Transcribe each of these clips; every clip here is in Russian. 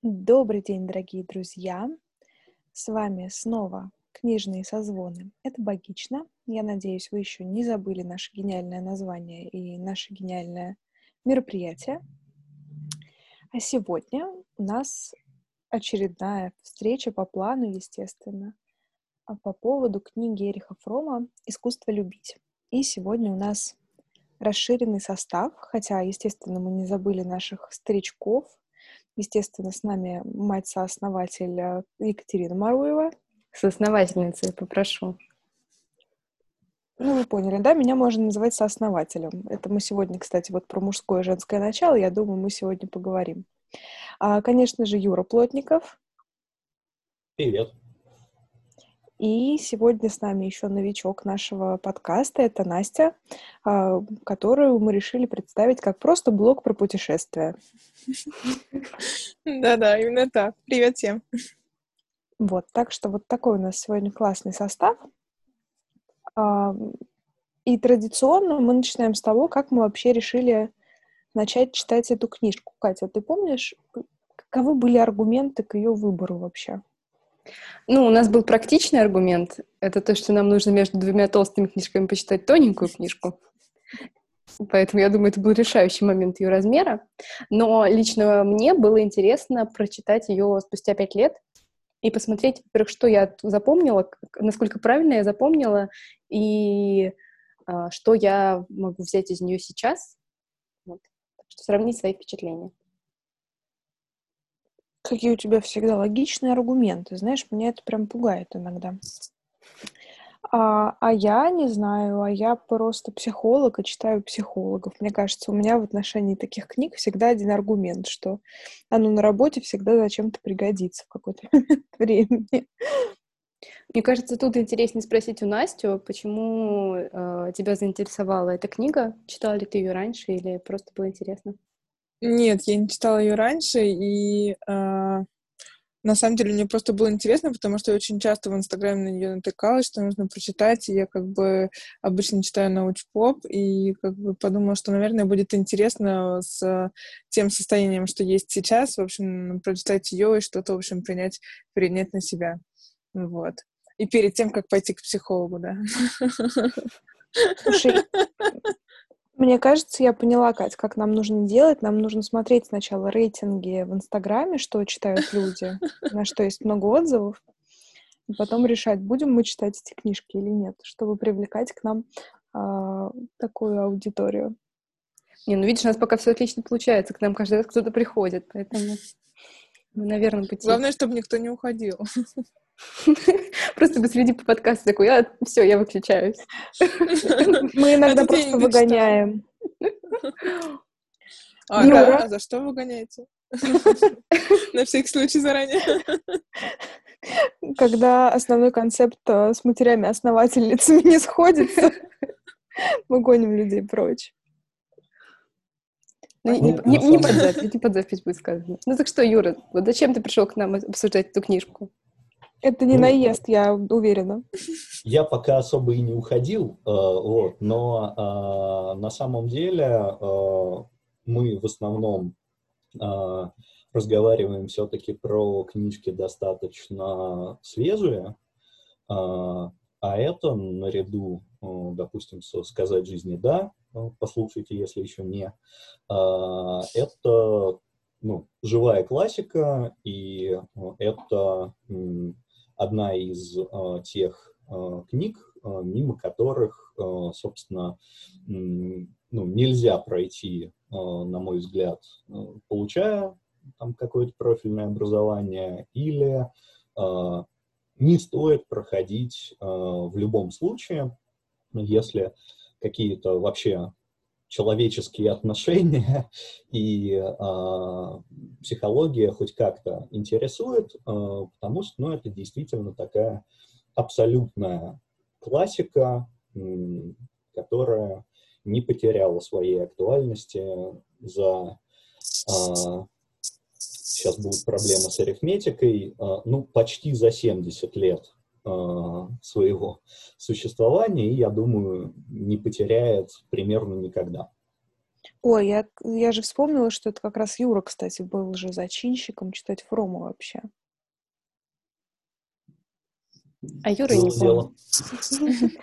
Добрый день, дорогие друзья! С вами снова книжные созвоны. Это Богично. Я надеюсь, вы еще не забыли наше гениальное название и наше гениальное мероприятие. А сегодня у нас очередная встреча по плану, естественно, по поводу книги Эриха Фрома «Искусство любить». И сегодня у нас расширенный состав, хотя, естественно, мы не забыли наших старичков. Естественно, с нами мать-сооснователь Екатерина Маруева. Соосновательницей попрошу. Ну, вы поняли, да? Меня можно называть сооснователем. Это мы сегодня, кстати, вот про мужское и женское начало, я думаю, мы сегодня поговорим. Конечно же, Юра Плотников. Привет. И сегодня с нами еще новичок нашего подкаста, это Настя, которую мы решили представить как просто блог про путешествия. Да-да, именно так. Привет всем. Вот, так что вот такой у нас сегодня классный состав. И традиционно мы начинаем с того, как мы вообще решили начать читать эту книжку. Катя, ты помнишь, каковы были аргументы к ее выбору вообще? Ну, у нас был практичный аргумент. Это то, что нам нужно между двумя толстыми книжками почитать тоненькую книжку. Поэтому, я думаю, это был решающий момент ее размера. Но лично мне было интересно прочитать ее спустя 5 лет и посмотреть, во-первых, что я запомнила, насколько правильно я запомнила, и что я могу взять из нее сейчас. Вот. Так что сравнить свои впечатления. Какие у тебя всегда логичные аргументы. Знаешь, меня это прям пугает иногда. Я не знаю, я просто психолог и читаю психологов. Мне кажется, у меня в отношении таких книг всегда один аргумент, что оно на работе всегда зачем-то пригодится в какой-то момент времени. Мне кажется, тут интереснее спросить у Настю, почему тебя заинтересовала эта книга? Читала ли ты ее раньше или просто было интересно? Нет, я не читала ее раньше, и на самом деле мне просто было интересно, потому что я очень часто в Инстаграме на нее натыкалась, что нужно прочитать, и я как бы обычно читаю научпоп, и как бы подумала, что, наверное, будет интересно с тем состоянием, что есть сейчас, в общем, прочитать ее и что-то, в общем, принять на себя. Вот. И перед тем, как пойти к психологу, да. Слушай, мне кажется, я поняла, Кать, как нам нужно делать. Нам нужно смотреть сначала рейтинги в Инстаграме, что читают люди, на что есть много отзывов, и потом решать, будем мы читать эти книжки или нет, чтобы привлекать к нам такую аудиторию. Не, ну видишь, у нас пока все отлично получается. К нам каждый раз кто-то приходит, поэтому мы на верном пути. Главное, чтобы никто не уходил. Просто посреди подкаста такой, все, я выключаюсь. Мы иногда просто выгоняем. Да? А за что выгоняете? На всякий случай заранее. Когда основной концепт с матерями-основательницами не сходится, мы гоним людей прочь. Не под запись будет сказано. Ну так что, Юра, вот зачем ты пришел к нам обсуждать эту книжку? Это не наезд, я уверена. Я пока особо и не уходил, но на самом деле мы в основном разговариваем все-таки про книжки достаточно свежие, а это наряду, допустим, со «Сказать жизни да», послушайте, если еще не, это живая классика, и это одна из тех книг, мимо которых, собственно, нельзя пройти, на мой взгляд, получая там какое-то профильное образование, или не стоит проходить в любом случае, если какие-то вообще человеческие отношения и психология хоть как-то интересует, потому что это действительно такая абсолютная классика, которая не потеряла своей актуальности за... сейчас будут проблемы с арифметикой, почти за 70 лет своего существования, и, я думаю, не потеряет примерно никогда. Ой, я же вспомнила, что это как раз Юра, кстати, был же зачинщиком читать Фрома вообще. А Юра не Было дело. помню.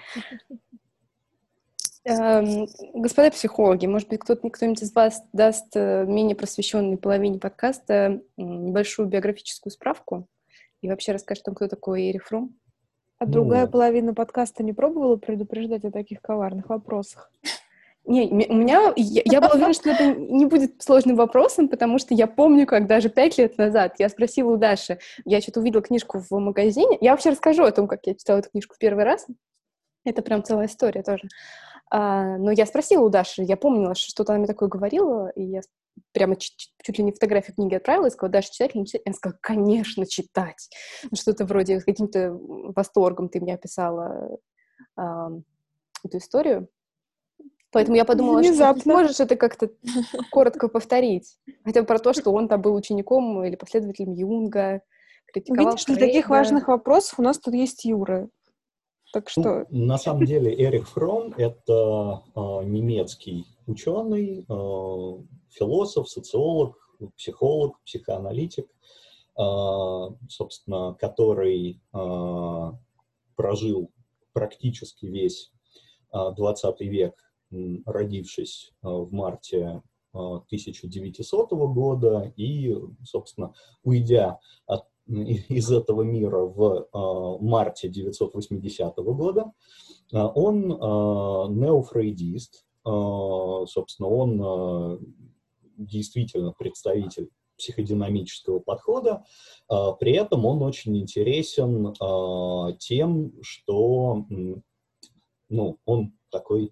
Господа психологи, может быть, кто-нибудь из вас даст менее просвещенной половине подкаста небольшую биографическую справку и вообще расскажет вам, кто такой Эрих Фром? А другая половина подкаста не пробовала предупреждать о таких коварных вопросах? Не, я была уверена, что это не будет сложным вопросом, потому что я помню, как даже 5 лет назад я спросила у Даши, я что-то увидела книжку в магазине, я вообще расскажу о том, как я читала эту книжку в первый раз, это прям целая история тоже. Но я спросила у Даши, я помнила, что что-то она мне такое говорила, и я прямо чуть ли не фотографию книги отправила, и сказала: Даша, читать или не читать? И она сказала: конечно, читать. Что-то вроде с каким-то восторгом ты мне описала эту историю. Поэтому я подумала, что ты сможешь это как-то коротко повторить. Хотя бы про то, что он там был учеником или последователем Юнга, критиковал Видишь, для таких важных вопросов у нас тут есть Юра. Так что... На самом деле Эрих Фром — это немецкий ученый, философ, социолог, психолог, психоаналитик, собственно, который прожил практически весь 20 век, родившись в марте 1900 года и, собственно, уйдя из этого мира в марте 1980 года, он неофрейдист, собственно, он действительно представитель психодинамического подхода, при этом он очень интересен тем, что, ну, он такой,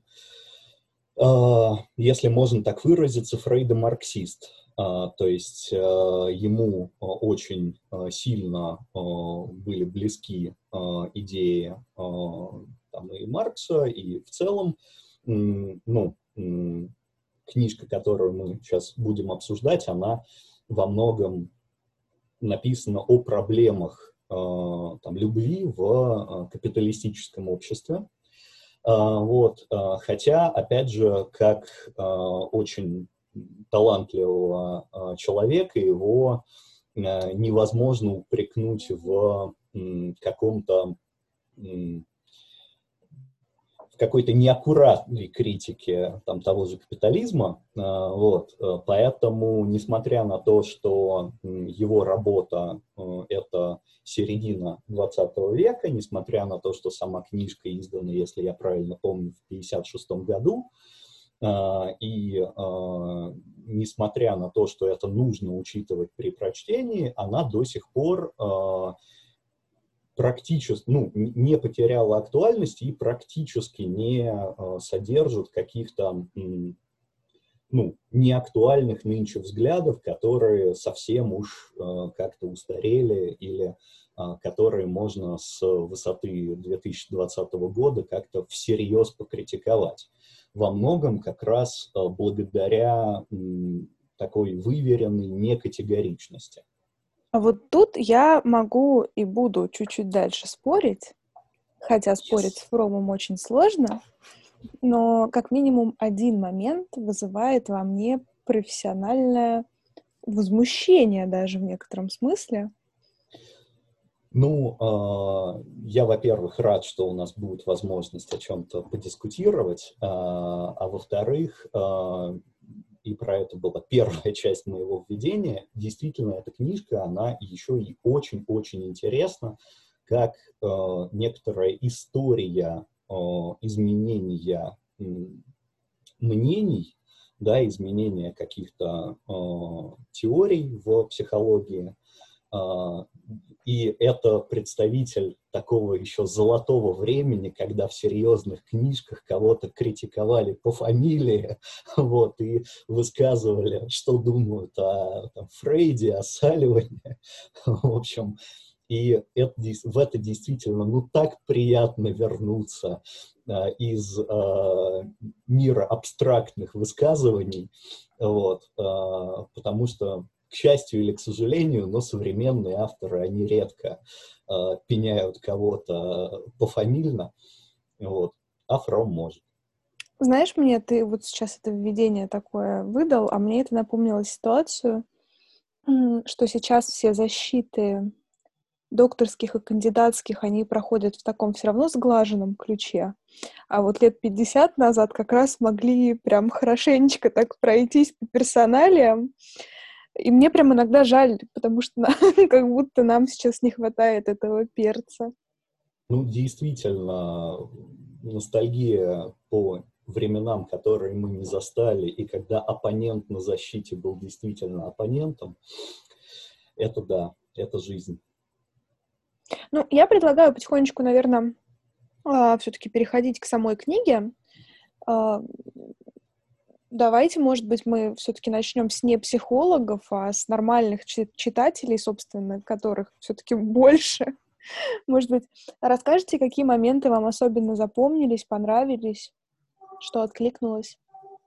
если можно так выразиться, фрейдо-марксист. То есть ему очень сильно были близки идеи там, и Маркса, и в целом, ну, книжка, которую мы сейчас будем обсуждать, она во многом написана о проблемах там, любви в капиталистическом обществе. Вот, хотя, опять же, как очень талантливого человека, его невозможно упрекнуть в какой-то неаккуратной критике там, того же капитализма. Вот. Поэтому, несмотря на то, что его работа — это середина 20 века, несмотря на то, что сама книжка издана, если я правильно помню, в 1956 году, и несмотря на то, что это нужно учитывать при прочтении, она до сих пор практически, ну, не потеряла актуальности и практически не содержит каких-то, ну, неактуальных нынче взглядов, которые совсем уж как-то устарели или которые можно с высоты 2020 года как-то всерьез покритиковать. Во многом как раз благодаря такой выверенной некатегоричности. А вот тут я могу и буду чуть-чуть дальше спорить, хотя спорить с Фромом очень сложно, но как минимум один момент вызывает во мне профессиональное возмущение даже в некотором смысле. Ну, я, во-первых, рад, что у нас будет возможность о чем-то подискутировать, а во-вторых, и про это была первая часть моего введения, действительно, эта книжка, она еще и очень-очень интересна, как некоторая история изменения мнений, да, изменения каких-то теорий в психологии. И это представитель такого еще золотого времени, когда в серьезных книжках кого-то критиковали по фамилии, вот, и высказывали, что думают о там, Фрейде, о Салливане, в общем. И в это действительно, ну, так приятно вернуться из мира абстрактных высказываний, вот, потому что, к счастью или к сожалению, но современные авторы, они редко пеняют кого-то пофамильно, вот, а Фром может. Знаешь, мне ты вот сейчас это введение такое выдал, а мне это напомнило ситуацию, что сейчас все защиты докторских и кандидатских, они проходят в таком все равно сглаженном ключе. А вот лет 50 назад как раз могли прям хорошенечко так пройтись по персоналиям. И мне прям иногда жаль, потому что как будто нам сейчас не хватает этого перца. Ну, действительно, ностальгия по временам, которые мы не застали, и когда оппонент на защите был действительно оппонентом, это да, это жизнь. Ну, я предлагаю потихонечку, наверное, все-таки переходить к самой книге. А, Давайте, может быть, мы все-таки начнем с не психологов, а с нормальных читателей, собственно, которых все-таки больше. Может быть, расскажете, какие моменты вам особенно запомнились, понравились, что откликнулось?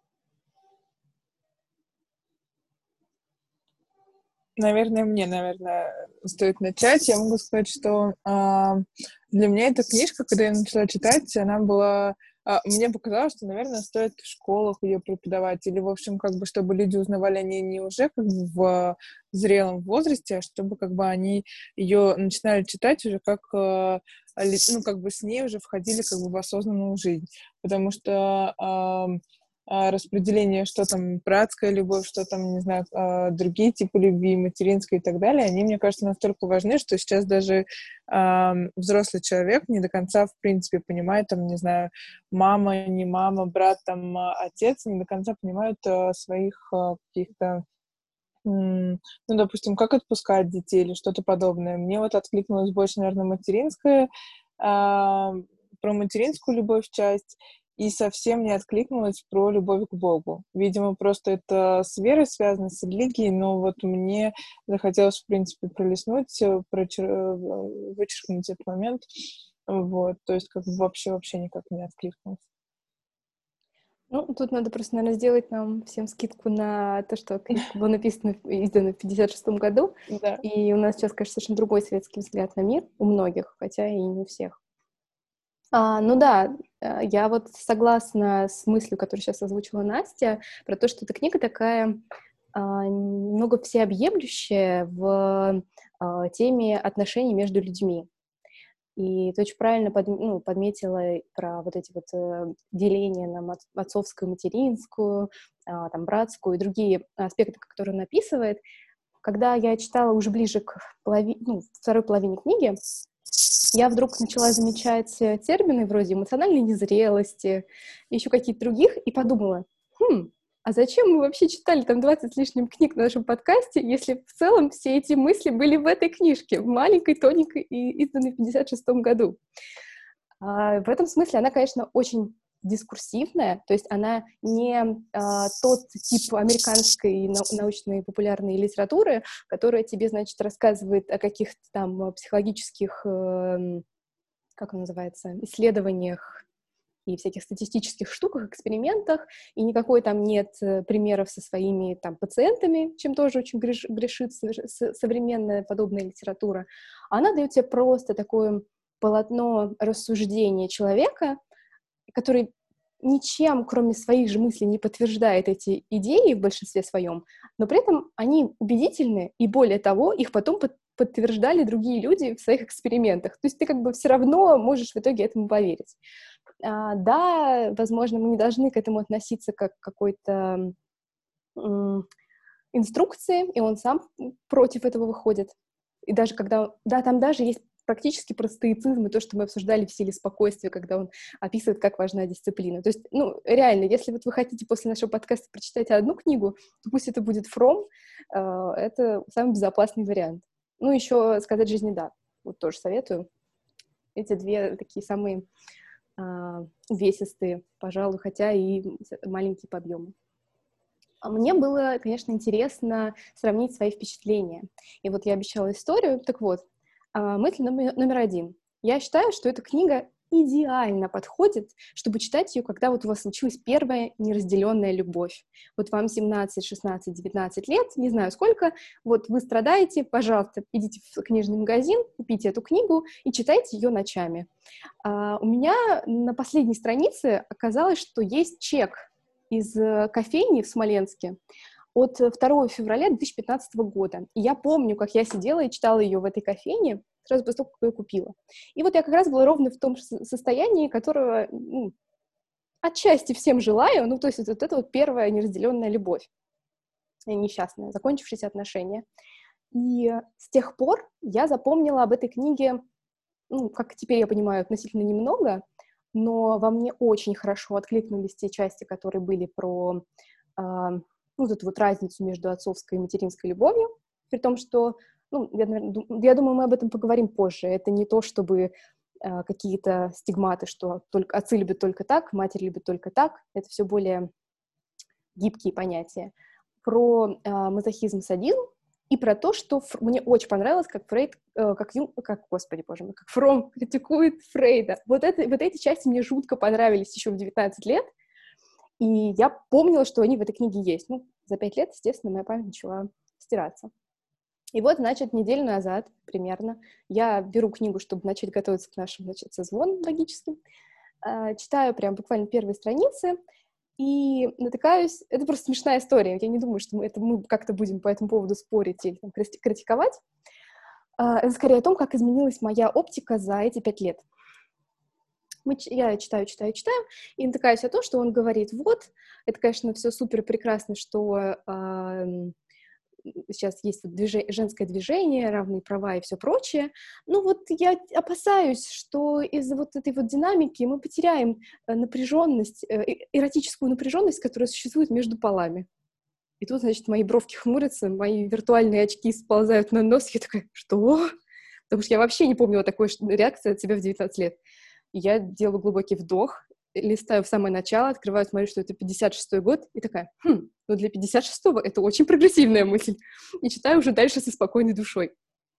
Наверное, стоит начать. Я могу сказать, что для меня эта книжка, когда я начала читать, она была... мне показалось, что, наверное, стоит в школах ее преподавать, или, в общем, как бы, чтобы люди узнавали о ней не уже как бы в зрелом возрасте, а чтобы как бы они ее начинали читать уже как, ну, как бы с ней уже входили как бы в осознанную жизнь. Потому что распределение, что там братская любовь, что там, не знаю, другие типы любви, материнская и так далее, они, мне кажется, настолько важны, что сейчас даже взрослый человек не до конца, в принципе, понимает, там, не знаю, мама, не мама, брат, там, отец, не до конца понимают своих каких-то, ну, допустим, как отпускать детей или что-то подобное. Мне вот откликнулась больше, наверное, материнская, про материнскую любовь часть, и совсем не откликнулась про любовь к Богу. Видимо, просто это с верой связано, с религией, но вот мне захотелось, в принципе, пролистнуть, вычеркнуть этот момент. Вот, то есть как бы вообще никак не откликнулась. Ну, тут надо просто, наверное, сделать нам всем скидку на то, что книжка была написана, издана в 1956 году, Да. и у нас сейчас, конечно, совершенно другой светский взгляд на мир, у многих, хотя и не у всех. Ну да, я вот согласна с мыслью, которую сейчас озвучила Настя, про то, что эта книга такая немного всеобъемлющая в теме отношений между людьми. И ты очень правильно подметила про вот эти вот деления на отцовскую, материнскую, там, братскую и другие аспекты, которые он описывает. Когда я читала уже ближе к второй половине книги, я вдруг начала замечать термины вроде эмоциональной незрелости, еще какие-то других, и подумала, а зачем мы вообще читали там 20 с лишним книг на нашем подкасте, если в целом все эти мысли были в этой книжке, в маленькой, тоненькой и изданной в 1956 году. В этом смысле она, конечно, очень дискурсивная, то есть она не тот тип американской научной популярной литературы, которая тебе, значит, рассказывает о каких-то там психологических, как он называется, исследованиях и всяких статистических штуках, экспериментах, и никакой там нет примеров со своими там пациентами, чем тоже очень грешит современная подобная литература. Она дает тебе просто такое полотно рассуждения человека, который ничем, кроме своих же мыслей, не подтверждает эти идеи в большинстве своем, но при этом они убедительны, и более того, их потом подтверждали другие люди в своих экспериментах. То есть ты как бы все равно можешь в итоге этому поверить. Да, возможно, мы не должны к этому относиться как к какой-то инструкции, и он сам против этого выходит. И даже когда... Да, там даже есть практически про стоицизм и то, что мы обсуждали в «Силе спокойствия», когда он описывает, как важна дисциплина. То есть, реально, если вот вы хотите после нашего подкаста прочитать одну книгу, то пусть это будет «Фром», это самый безопасный вариант. Еще «Сказать жизни да», вот тоже советую. Эти две такие самые увесистые, пожалуй, хотя и маленькие по объему. Мне было, конечно, интересно сравнить свои впечатления. И вот я обещала историю. Так вот, мысль номер один. Я считаю, что эта книга идеально подходит, чтобы читать ее, когда вот у вас случилась первая неразделенная любовь. Вот вам 17, 16, 19 лет, не знаю сколько, вот вы страдаете, пожалуйста, идите в книжный магазин, купите эту книгу и читайте ее ночами. У меня на последней странице оказалось, что есть чек из кофейни в Смоленске от 2 февраля 2015 года. И я помню, как я сидела и читала ее в этой кофейне сразу после того, как ее купила. И вот я как раз была ровно в том состоянии, которого отчасти всем желаю, то есть вот это вот первая неразделенная любовь, несчастная, закончившиеся отношения. И с тех пор я запомнила об этой книге, как теперь я понимаю, относительно немного, но во мне очень хорошо откликнулись те части, которые были про вот эту вот разницу между отцовской и материнской любовью, при том, что, я думаю, мы об этом поговорим позже. Это не то, чтобы какие-то стигматы, что только отцы любят только так, матерь любит только так. Это все более гибкие понятия. Про мазохизм, садизм и про то, что мне очень понравилось, как Фрейд, как Фром критикует Фрейда. Вот эти части мне жутко понравились еще в 19 лет, и я помнила, что они в этой книге есть. За 5 лет, естественно, моя память начала стираться. И вот, значит, неделю назад примерно я беру книгу, чтобы начать готовиться к нашим, созвонам логическим, читаю прям буквально первые страницы и натыкаюсь... Это просто смешная история. Я не думаю, что мы как-то будем по этому поводу спорить или критиковать. Это скорее о том, как изменилась моя оптика за эти 5 лет. Я читаю, и натыкаюсь о том, что он говорит, вот, это, конечно, все супер прекрасно, что сейчас есть женское движение, равные права и все прочее, но вот я опасаюсь, что из-за вот этой вот динамики мы потеряем напряженность, эротическую напряженность, которая существует между полами. И тут, значит, мои бровки хмурятся, мои виртуальные очки сползают на нос, я такая, что? Потому что я вообще не помнила такой реакции от себя в 19 лет. Я делаю глубокий вдох, листаю в самое начало, открываю, смотрю, что это 56-й год, и такая, для 56-го это очень прогрессивная мысль. И читаю уже дальше со спокойной душой.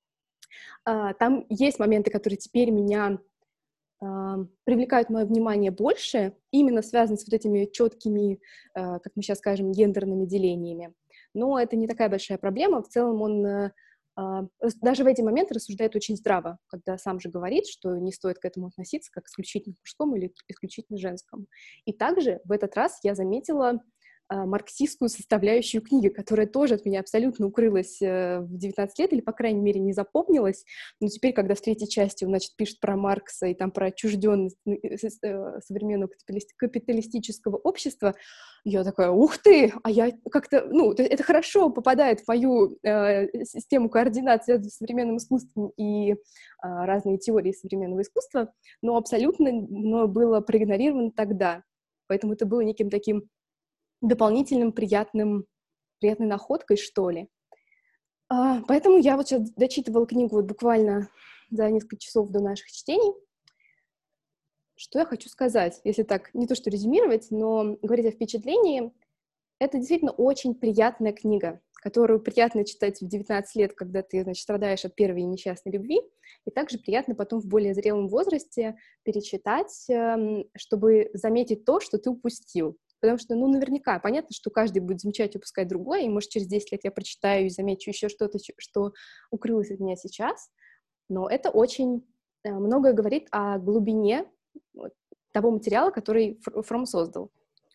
Там есть моменты, которые теперь меня привлекают мое внимание больше, именно связаны с вот этими четкими, как мы сейчас скажем, гендерными делениями. Но это не такая большая проблема. В целом он даже в эти моменты рассуждает очень здраво, когда сам же говорит, что не стоит к этому относиться как исключительно к мужскому или исключительно женскому. И также в этот раз я заметила марксистскую составляющую книги, которая тоже от меня абсолютно укрылась в 19 лет, или, по крайней мере, не запомнилась. Но теперь, когда в третьей части он, пишет про Маркса и там про отчужденность современного капиталистического общества, я такая, ух ты! А я как-то, это хорошо попадает в мою систему координат, связанную с современным искусством и разные теории современного искусства, но абсолютно мною было проигнорировано тогда. Поэтому это было неким таким дополнительным приятной находкой, что ли. Поэтому я вот сейчас дочитывала книгу вот буквально за несколько часов до наших чтений. Что я хочу сказать, если так, не то что резюмировать, но говорить о впечатлении, это действительно очень приятная книга, которую приятно читать в 19 лет, когда ты, страдаешь от первой несчастной любви, и также приятно потом в более зрелом возрасте перечитать, чтобы заметить то, что ты упустил. Потому что, наверняка, понятно, что каждый будет замечать и упускать другое, и, может, через 10 лет я прочитаю и замечу еще что-то, что укрылось от меня сейчас, но это очень многое говорит о глубине того материала, который Фром создал.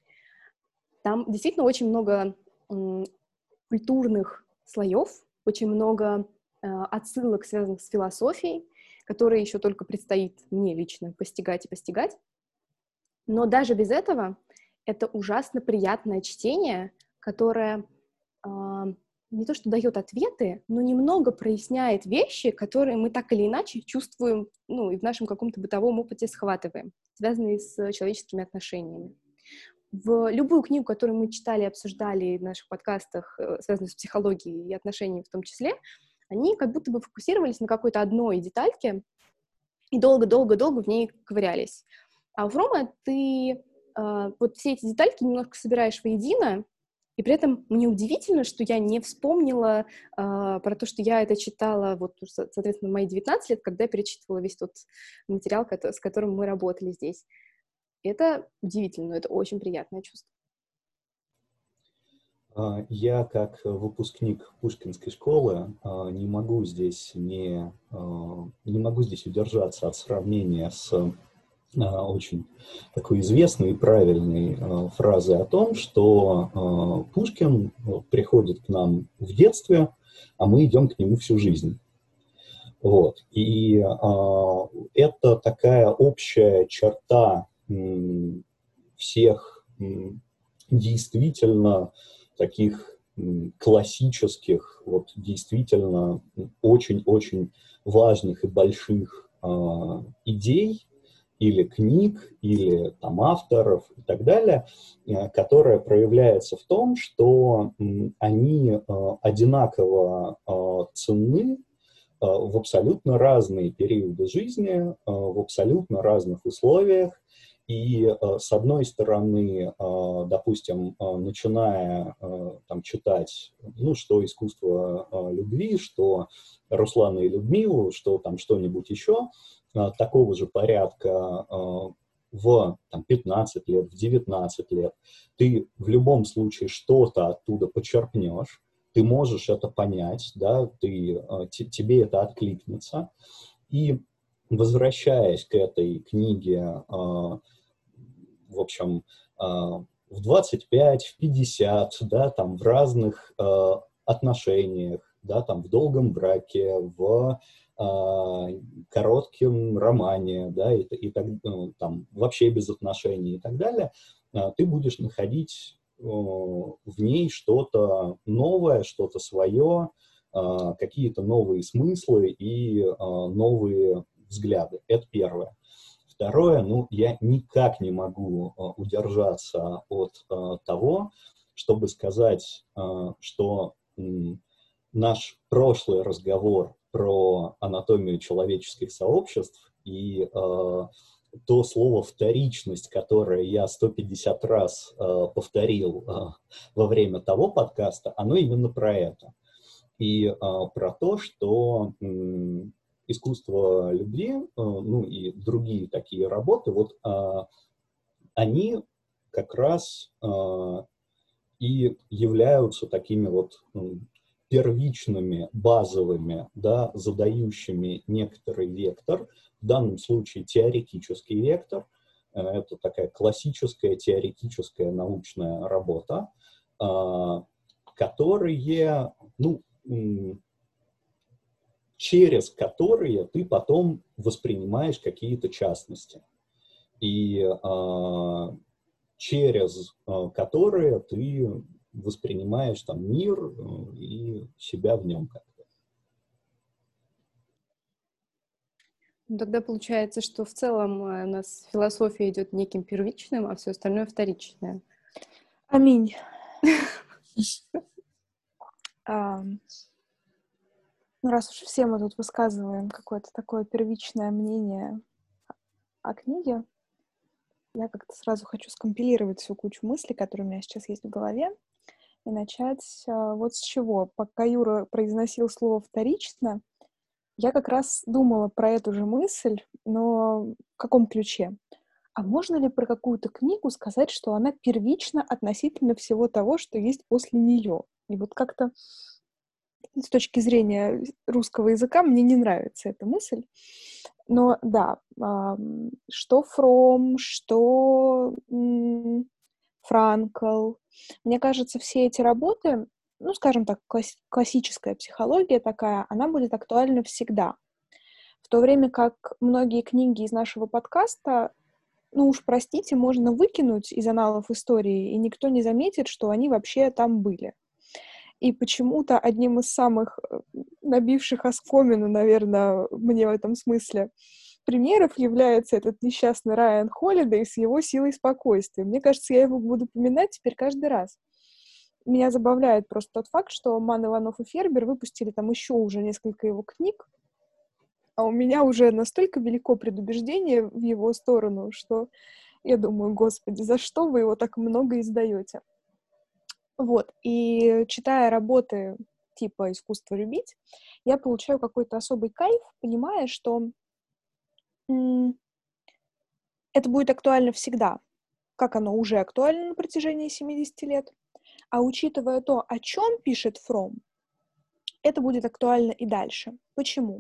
Там действительно очень много культурных слоев, очень много отсылок, связанных с философией, которые еще только предстоит мне лично постигать и постигать. Но даже без этого это ужасно приятное чтение, которое не то что дает ответы, но немного проясняет вещи, которые мы так или иначе чувствуем, и в нашем каком-то бытовом опыте схватываем, связанные с человеческими отношениями. В любую книгу, которую мы читали и обсуждали в наших подкастах, связанных с психологией и отношениями в том числе, они как будто бы фокусировались на какой-то одной детальке и долго-долго-долго в ней ковырялись. А у Фрома ты вот все эти детальки немножко собираешь воедино, И при этом мне удивительно, что я не вспомнила про то, что я это читала, вот, соответственно, в мои 19 лет, когда я перечитывала весь тот материал, с которым мы работали здесь. И это удивительно, но это очень приятное чувство. Я, как выпускник Пушкинской школы, не могу здесь удержаться от сравнения с очень такой известной и правильной фразой о том, что Пушкин приходит к нам в детстве, а мы идем к нему всю жизнь. Вот. И это такая общая черта всех действительно таких классических, вот действительно очень-очень важных и больших идей или книг, или там авторов и так далее, которая проявляется в том, что они одинаково ценны в абсолютно разные периоды жизни, в абсолютно разных условиях. И с одной стороны, допустим, начиная там, читать, ну, что «Искусство любви», что «Руслана и Людмилу», что там что-нибудь еще, такого же порядка в там, 15 лет, в 19 лет, ты в любом случае что-то оттуда почерпнешь, ты можешь это понять, да, тебе это откликнется. И возвращаясь к этой книге, в общем, в 25, в 50, да, там, в разных отношениях, да, там, в долгом браке, в коротком романе, да, и так, там, вообще без отношений и так далее, ты будешь находить в ней что-то новое, что-то свое, какие-то новые смыслы и новые взгляды. Это первое. Второе, ну, я никак не могу удержаться от того, чтобы сказать, что наш прошлый разговор про анатомию человеческих сообществ и то слово «вторичность», которое я 150 раз повторил во время того подкаста, оно именно про это. И про то, что искусство любви, ну и другие такие работы, вот они как раз и являются такими вот первичными, базовыми, да, задающими некоторый вектор, в данном случае теоретический вектор, это такая классическая теоретическая научная работа, которые, ну, через которые ты потом воспринимаешь какие-то частности. И через которые ты воспринимаешь там мир и себя в нем как-то. Ну, тогда получается, что в целом у нас философия идет неким первичным, а все остальное вторичное. Аминь. Ну, раз уж все мы тут высказываем какое-то такое первичное мнение о книге, я как-то сразу хочу скомпилировать всю кучу мыслей, которые у меня сейчас есть в голове, и начать вот с чего. Пока Юра произносил слово «вторично», я как раз думала про эту же мысль, но в каком ключе? А можно ли про какую-то книгу сказать, что она первична относительно всего того, что есть после нее? И вот как-то с точки зрения русского языка мне не нравится эта мысль. Но да, что Фром, что Франкл. Мне кажется, все эти работы, ну, скажем так, классическая психология такая, она будет актуальна всегда. В то время как многие книги из нашего подкаста, ну уж простите, можно выкинуть из аналов истории, и никто не заметит, что они вообще там были. И почему-то одним из самых набивших оскомину, наверное, мне в этом смысле примеров является этот несчастный Райан Холлидей с его силой спокойствия. Мне кажется, я его буду поминать теперь каждый раз. Меня забавляет просто тот факт, что Ман, Иванов и Фербер выпустили там еще уже несколько его книг, а у меня уже настолько велико предубеждение в его сторону, что я думаю, господи, за что вы его так много издаете? Вот, и читая работы типа «Искусство любить», я получаю какой-то особый кайф, понимая, что это будет актуально всегда, как оно уже актуально на протяжении 70 лет. А учитывая то, о чем пишет Фром, это будет актуально и дальше. Почему?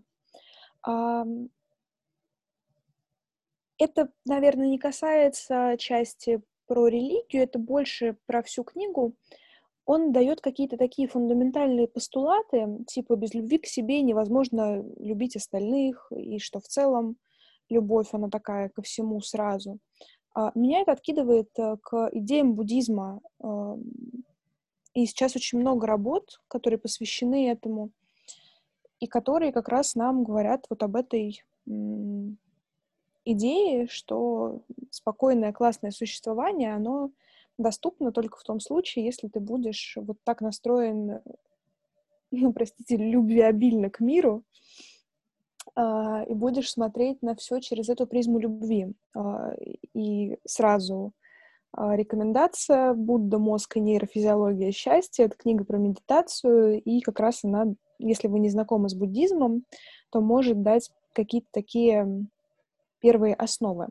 Это, наверное, не касается части про религию, это больше про всю книгу. Он дает какие-то такие фундаментальные постулаты, типа без любви к себе невозможно любить остальных, и что в целом любовь, она такая ко всему сразу. Меня это откидывает к идеям буддизма. И сейчас очень много работ, которые посвящены этому, и которые как раз нам говорят вот об этой идее, что спокойное, классное существование, оно доступно только в том случае, если ты будешь вот так настроен, простите, любвеобильно к миру, и будешь смотреть на все через эту призму любви. И сразу рекомендация «Будда, мозг и нейрофизиология счастья». Это книга про медитацию, и как раз она, если вы не знакомы с буддизмом, то может дать какие-то такие первые основы.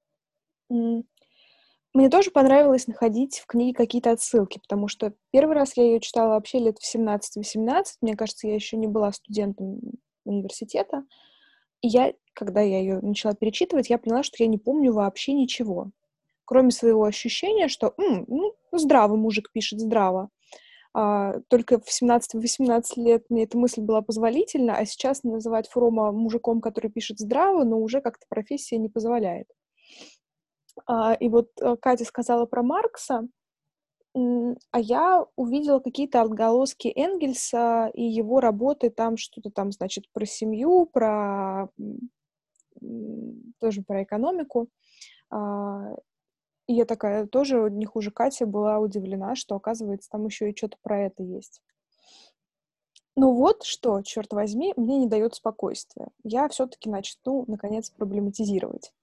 Мне тоже понравилось находить в книге какие-то отсылки, потому что первый раз я ее читала вообще лет в 17-18. Мне кажется, я еще не была студентом университета. И когда я ее начала перечитывать, я поняла, что я не помню вообще ничего, кроме своего ощущения, что здраво мужик пишет, здраво. Только в 17-18 лет мне эта мысль была позволительна, а сейчас называть Фрома мужиком, который пишет здраво, но уже как-то профессия не позволяет. И вот Катя сказала про Маркса, а я увидела какие-то отголоски Энгельса и его работы, там что-то там, значит, про семью, тоже про экономику. И я такая тоже, не хуже Кати, была удивлена, что, оказывается, там еще и что-то про это есть. Ну вот что, черт возьми, мне не дает спокойствия. Я все-таки начну, наконец, проблематизировать.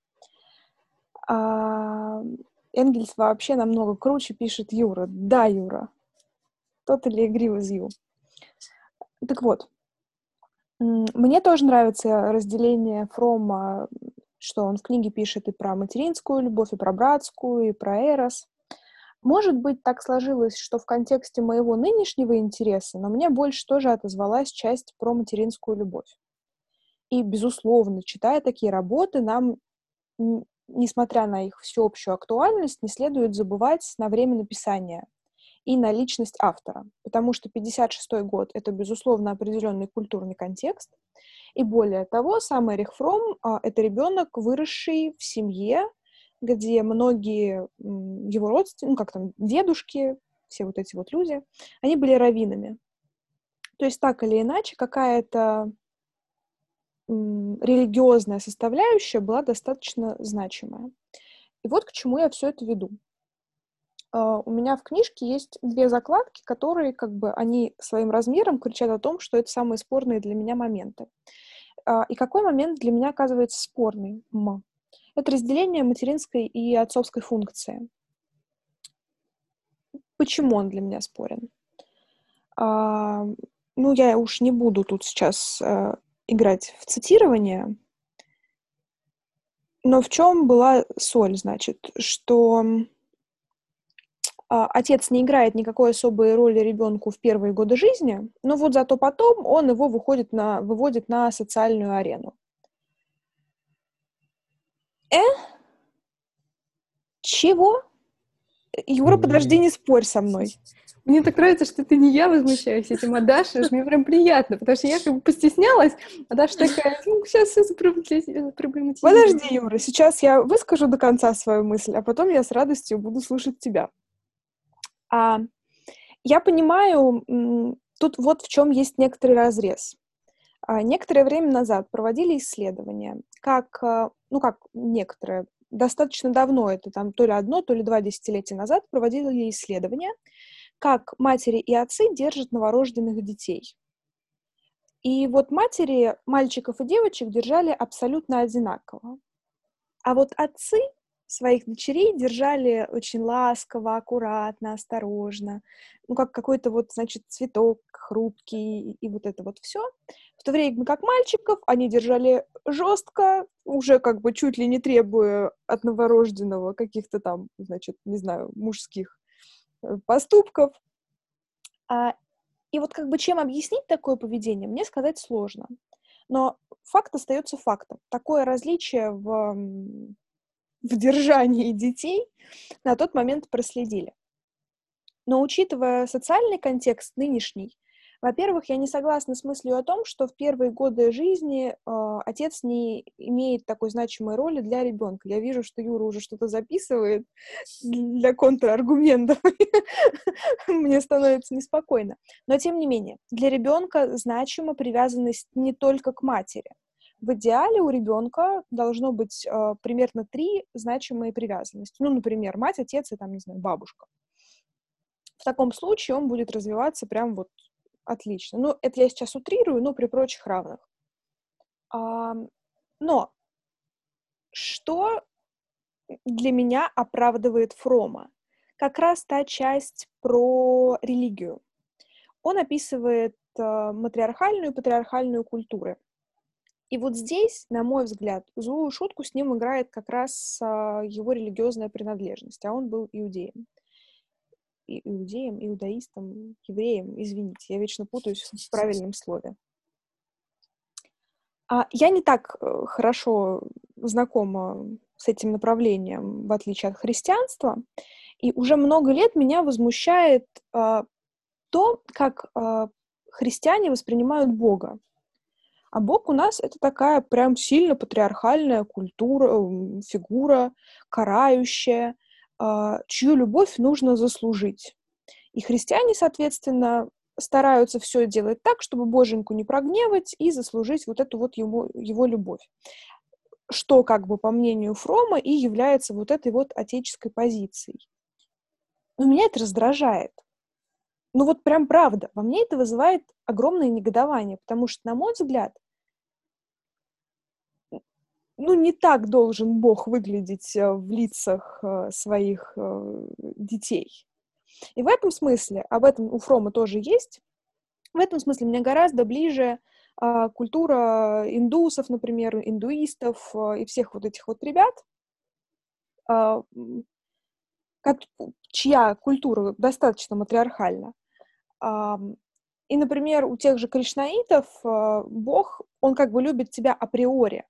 Энгельс вообще намного круче, пишет Юра. Да, Юра. Totally agree with you. Так вот, мне тоже нравится разделение Фрома, что он в книге пишет и про материнскую любовь, и про братскую, и про эрос. Может быть, так сложилось, что в контексте моего нынешнего интереса, но мне больше тоже отозвалась часть про материнскую любовь. И, безусловно, читая такие работы, нам, несмотря на их всеобщую актуальность, не следует забывать на время написания и на личность автора, потому что 56-й год — это, безусловно, определенный культурный контекст, и более того, сам Эрих Фром — это ребенок, выросший в семье, где многие его родственники, дедушки, все вот эти вот люди, они были раввинами. То есть так или иначе какая-то религиозная составляющая была достаточно значимая. И вот к чему я все это веду. У меня в книжке есть 2 закладки, которые они своим размером кричат о том, что это самые спорные для меня моменты. И какой момент для меня оказывается спорный? Это разделение материнской и отцовской функции. Почему он для меня спорен? Я уж не буду тут сейчас играть в цитирование, но в чем была соль, значит, что отец не играет никакой особой роли ребенку в первые годы жизни, но вот зато потом он его выводит на социальную арену. Чего? Юра, подожди, не спорь со мной. Мне так нравится, что это не я возмущаюсь этим, а Даша. Мне прям приятно, потому что я постеснялась, а Даша такая, сейчас все проблематизируем. Подожди, Юра, сейчас я выскажу до конца свою мысль, а потом я с радостью буду слушать тебя. Я понимаю, тут вот в чем есть некоторый разрез. Некоторое время назад проводили исследования, некоторые, достаточно давно, это там то ли 1, то ли 2 десятилетия назад проводили исследования, как матери и отцы держат новорожденных детей. И вот матери мальчиков и девочек держали абсолютно одинаково. А вот отцы своих дочерей держали очень ласково, аккуратно, осторожно, ну, как какой-то вот, значит, цветок хрупкий и вот это вот все. В то время как мальчиков они держали жестко, уже как бы чуть ли не требуя от новорожденного каких-то там, значит, не знаю, мужских поступков. И вот как бы чем объяснить такое поведение, мне сказать сложно. Но факт остается фактом. Такое различие в держании детей на тот момент проследили. Но учитывая социальный контекст нынешний, во-первых, я не согласна с мыслью о том, что в первые годы жизни отец не имеет такой значимой роли для ребенка. Я вижу, что Юра уже что-то записывает для контраргументов. Мне становится неспокойно. Но, тем не менее, для ребенка значима привязанность не только к матери. В идеале у ребенка должно быть примерно 3 значимые привязанности. Ну, например, мать, отец и, там, не знаю, бабушка. В таком случае он будет развиваться прям вот отлично. Ну, это я сейчас утрирую, но при прочих равных. Но что для меня оправдывает Фрома? Как раз та часть про религию. Он описывает матриархальную и патриархальную культуры. И вот здесь, на мой взгляд, злую шутку с ним играет как раз его религиозная принадлежность, а он был иудеем. Иудеем, иудаистом, евреем, извините, я вечно путаюсь в правильном слове. Я не так хорошо знакома с этим направлением, в отличие от христианства, и уже много лет меня возмущает то, как христиане воспринимают Бога. А Бог у нас — это такая прям сильно патриархальная фигура, карающая, чью любовь нужно заслужить. И христиане, соответственно, стараются все делать так, чтобы Боженьку не прогневать и заслужить вот эту вот его любовь. Что, как бы, по мнению Фрома, и является вот этой вот отеческой позицией. Но меня это раздражает. Ну вот прям правда, во мне это вызывает огромное негодование, потому что, на мой взгляд, ну не так должен Бог выглядеть в лицах своих детей. И в этом смысле, об этом у Фрома тоже есть, в этом смысле мне гораздо ближе культура индусов, например, индуистов и всех вот этих вот ребят, чья культура достаточно матриархальна. И, например, у тех же кришнаитов Бог, он как бы любит тебя априори.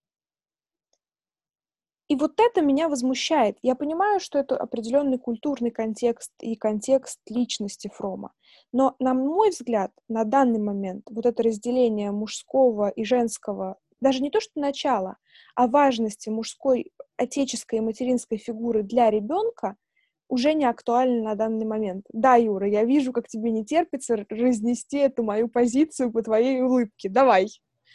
И вот это меня возмущает. Я понимаю, что это определенный культурный контекст и контекст личности Фрома. Но, на мой взгляд, на данный момент вот это разделение мужского и женского, даже не то что начала, а важности мужской, отеческой и материнской фигуры для ребенка уже не актуально на данный момент. Да, Юра, я вижу, как тебе не терпится разнести эту мою позицию по твоей улыбке. Давай.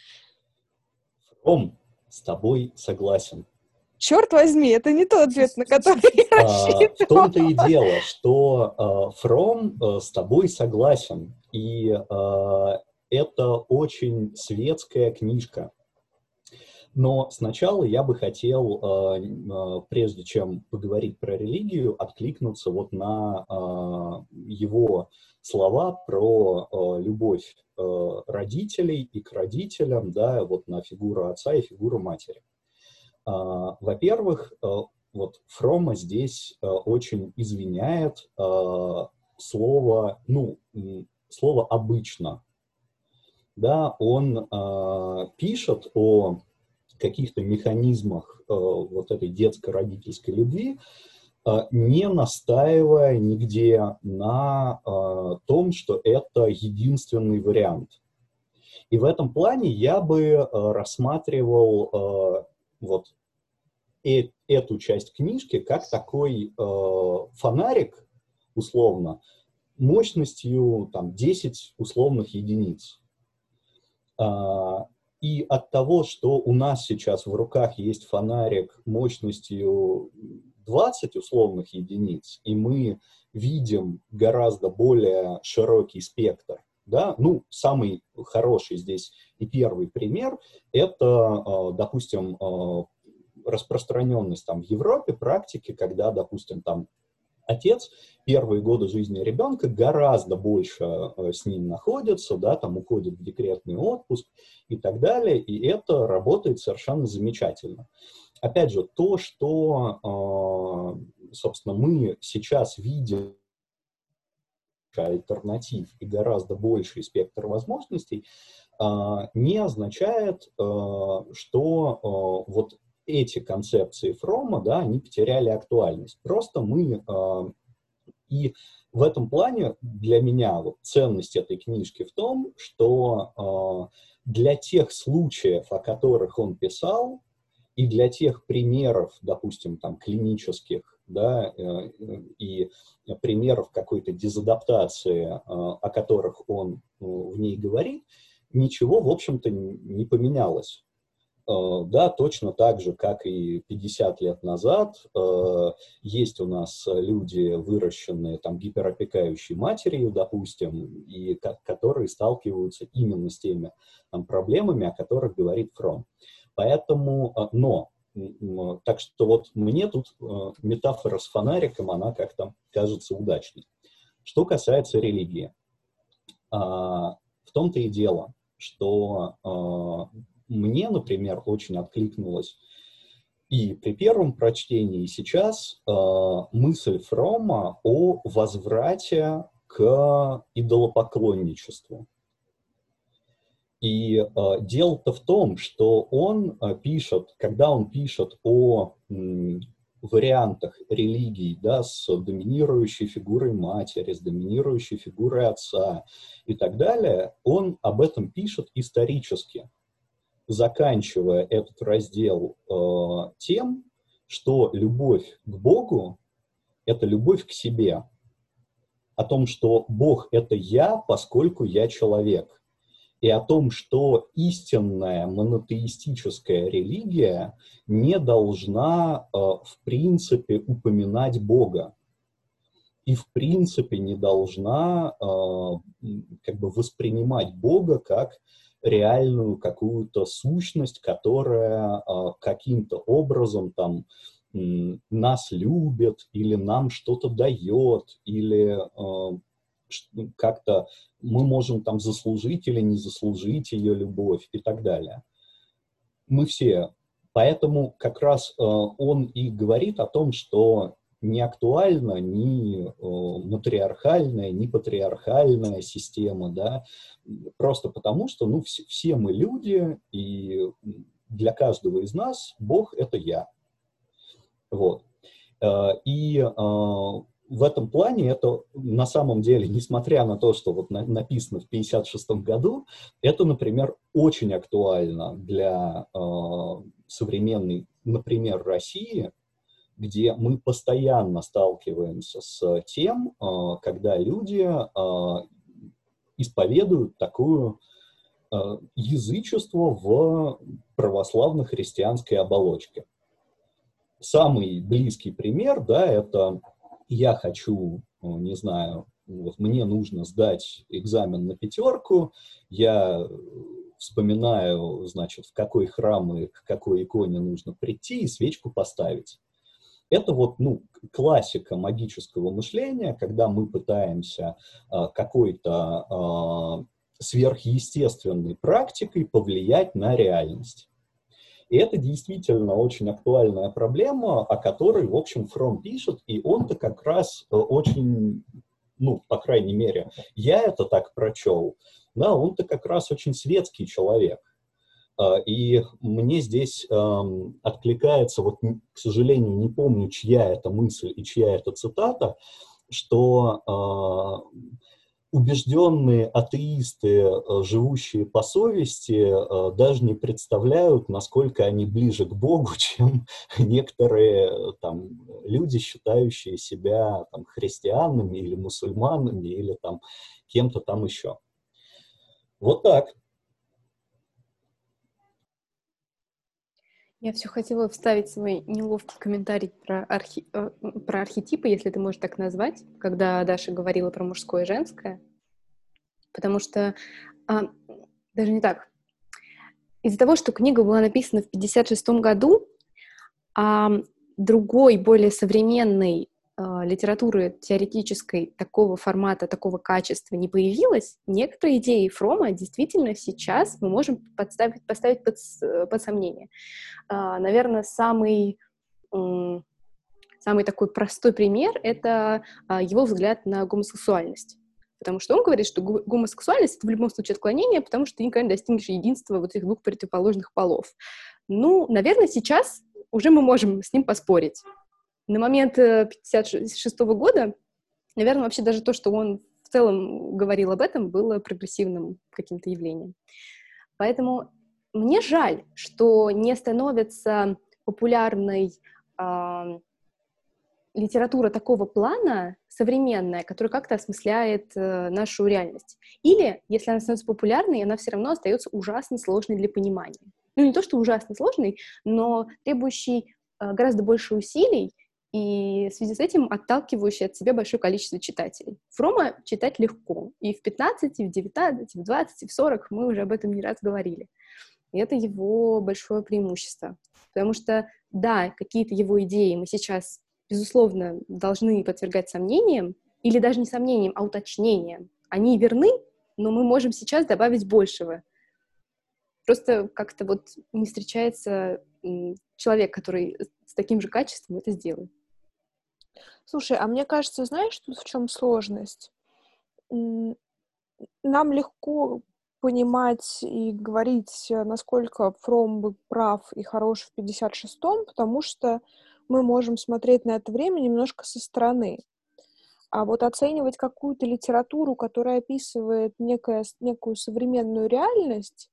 Фром, с тобой согласен. Черт возьми, это не тот ответ, на который я рассчитывала. В том-то и дело, что Фром с тобой согласен, и это очень светская книжка. Но сначала я бы хотел, прежде чем поговорить про религию, откликнуться вот на его слова про любовь родителей и к родителям, да, вот на фигуру отца и фигуру матери. Во-первых, вот Фрома здесь очень извиняет слово «обычно». Да, он пишет о каких-то механизмах вот этой детско-родительской любви, не настаивая нигде на том, что это единственный вариант. И в этом плане я бы рассматривал вот эту часть книжки как такой фонарик, условно, мощностью там, 10 условных единиц. И от того, что у нас сейчас в руках есть фонарик мощностью 20 условных единиц, и мы видим гораздо более широкий спектр, да, ну, самый хороший здесь и первый пример — это, допустим, распространенность там в Европе практики, когда, допустим, там отец первые годы жизни ребенка гораздо больше с ним находится, да, там уходит в декретный отпуск и так далее, и это работает совершенно замечательно. Опять же, то, что, собственно, мы сейчас видим альтернатив и гораздо больший спектр возможностей, не означает, что вот эти концепции Фромма, да, они потеряли актуальность. Просто мы... И в этом плане для меня вот ценность этой книжки в том, что для тех случаев, о которых он писал, и для тех примеров, допустим, там, клинических, да, и примеров какой-то дезадаптации, о которых он в ней говорит, ничего, в общем-то, не поменялось. Да, точно так же, как и 50 лет назад, есть у нас люди, выращенные там гиперопекающей матерью, допустим, и которые сталкиваются именно с теми там проблемами, о которых говорит Фромм. Поэтому, так что вот мне тут метафора с фонариком, она как-то кажется удачной. Что касается религии, в том-то и дело, что мне, например, очень откликнулась и при первом прочтении, и сейчас мысль Фромма о возврате к идолопоклонничеству. И дело-то в том, что он пишет, когда он пишет о вариантах религий, да, с доминирующей фигурой матери, с доминирующей фигурой отца и так далее, он об этом пишет исторически, заканчивая этот раздел тем, что любовь к Богу — это любовь к себе, о том, что Бог — это я, поскольку я человек, и о том, что истинная монотеистическая религия не должна, в принципе, упоминать Бога и, в принципе, не должна как бы воспринимать Бога как реальную какую-то сущность, которая каким-то образом там нас любит или нам что-то дает, или как-то мы можем там заслужить или не заслужить ее любовь и так далее. Мы все. Поэтому как раз он и говорит о том, что не актуальна ни матриархальная, ни патриархальная система, да, просто потому что, ну, все мы люди, и для каждого из нас Бог — это я. Вот. И в этом плане это на самом деле, несмотря на то, что вот написано в 1956 году, это, например, очень актуально для современной, например, России, где мы постоянно сталкиваемся с тем, когда люди исповедуют такое язычество в православно-христианской оболочке. Самый близкий пример, да, это я хочу, не знаю, вот мне нужно сдать экзамен на 5, я вспоминаю, значит, в какой храм и к какой иконе нужно прийти и свечку поставить. Это вот, ну, классика магического мышления, когда мы пытаемся какой-то сверхъестественной практикой повлиять на реальность. И это действительно очень актуальная проблема, о которой, в общем, Фромм пишет, и он-то как раз очень, ну, по крайней мере, я это так прочел, да, он-то как раз очень светский человек. И мне здесь откликается, вот, к сожалению, не помню, чья это мысль и чья это цитата, что убежденные атеисты, живущие по совести, даже не представляют, насколько они ближе к Богу, чем некоторые там люди, считающие себя там христианами или мусульманами или там кем-то там еще. Вот так. Я все хотела вставить свой неловкий комментарий про архетипы, если ты можешь так назвать, когда Даша говорила про мужское и женское. Потому что даже не так. Из-за того, что книга была написана в 1956 году, А другой, более современной литературы теоретической такого формата, такого качества не появилось, некоторые идеи Фрома действительно сейчас мы можем поставить под сомнение. Наверное, самый такой простой пример — это его взгляд на гомосексуальность. Потому что он говорит, что гомосексуальность — это в любом случае отклонение, потому что ты никогда не достигнешь единства вот этих двух противоположных полов. Ну, наверное, сейчас уже мы можем с ним поспорить. На момент 1956 года, наверное, вообще даже то, что он в целом говорил об этом, было прогрессивным каким-то явлением. Поэтому мне жаль, что не становится популярной литература такого плана, современная, которая как-то осмысляет нашу реальность. Или, если она становится популярной, она все равно остается ужасно сложной для понимания. Ну, не то, что ужасно сложной, но требующий гораздо больше усилий, и в связи с этим отталкивающий от себя большое количество читателей. Фрома читать легко. И в 15, и в 19, и в 20, и в 40 мы уже об этом не раз говорили. И это его большое преимущество. Потому что, да, какие-то его идеи мы сейчас, безусловно, должны подвергать сомнениям, или даже не сомнениям, а уточнениям. Они верны, но мы можем сейчас добавить большего. Просто как-то вот не встречается человек, который с таким же качеством это сделает. Слушай, а мне кажется, знаешь, тут в чем сложность? Нам легко понимать и говорить, насколько Фром был прав и хорош в 56-м, потому что мы можем смотреть на это время немножко со стороны. А вот оценивать какую-то литературу, которая описывает некую современную реальность,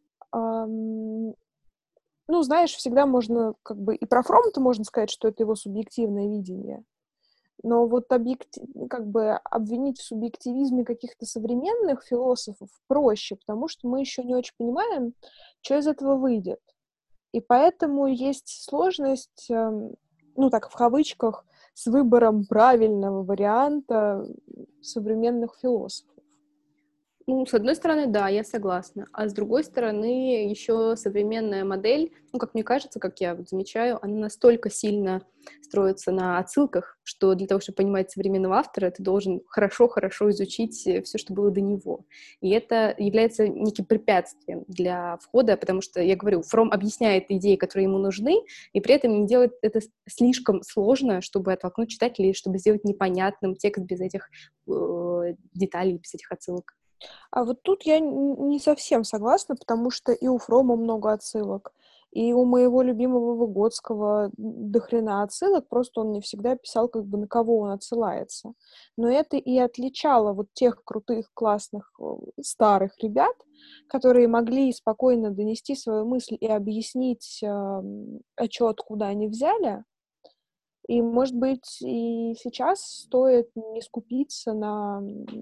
ну, знаешь, всегда можно, как бы, и про Фрома-то можно сказать, что это его субъективное видение. Но вот как бы обвинить в субъективизме каких-то современных философов проще, потому что мы еще не очень понимаем, что из этого выйдет. И поэтому есть сложность, ну так, в кавычках, с выбором правильного варианта современных философов. Ну, с одной стороны, да, я согласна. А с другой стороны, еще современная модель, ну, как мне кажется, как я вот замечаю, она настолько сильно строится на отсылках, что для того, чтобы понимать современного автора, ты должен хорошо-хорошо изучить все, что было до него. И это является неким препятствием для входа, потому что, я говорю, Фром объясняет идеи, которые ему нужны, и при этом не делает это слишком сложно, чтобы оттолкнуть читателей, чтобы сделать непонятным текст без этих деталей, без этих отсылок. А вот тут я не совсем согласна, потому что и у Фрома много отсылок, и у моего любимого Выгодского дохрена отсылок, просто он не всегда писал, как бы, на кого он отсылается. Но это и отличало вот тех крутых, классных, старых ребят, которые могли спокойно донести свою мысль и объяснить, а чё, откуда они взяли. И, может быть, и сейчас стоит не скупиться на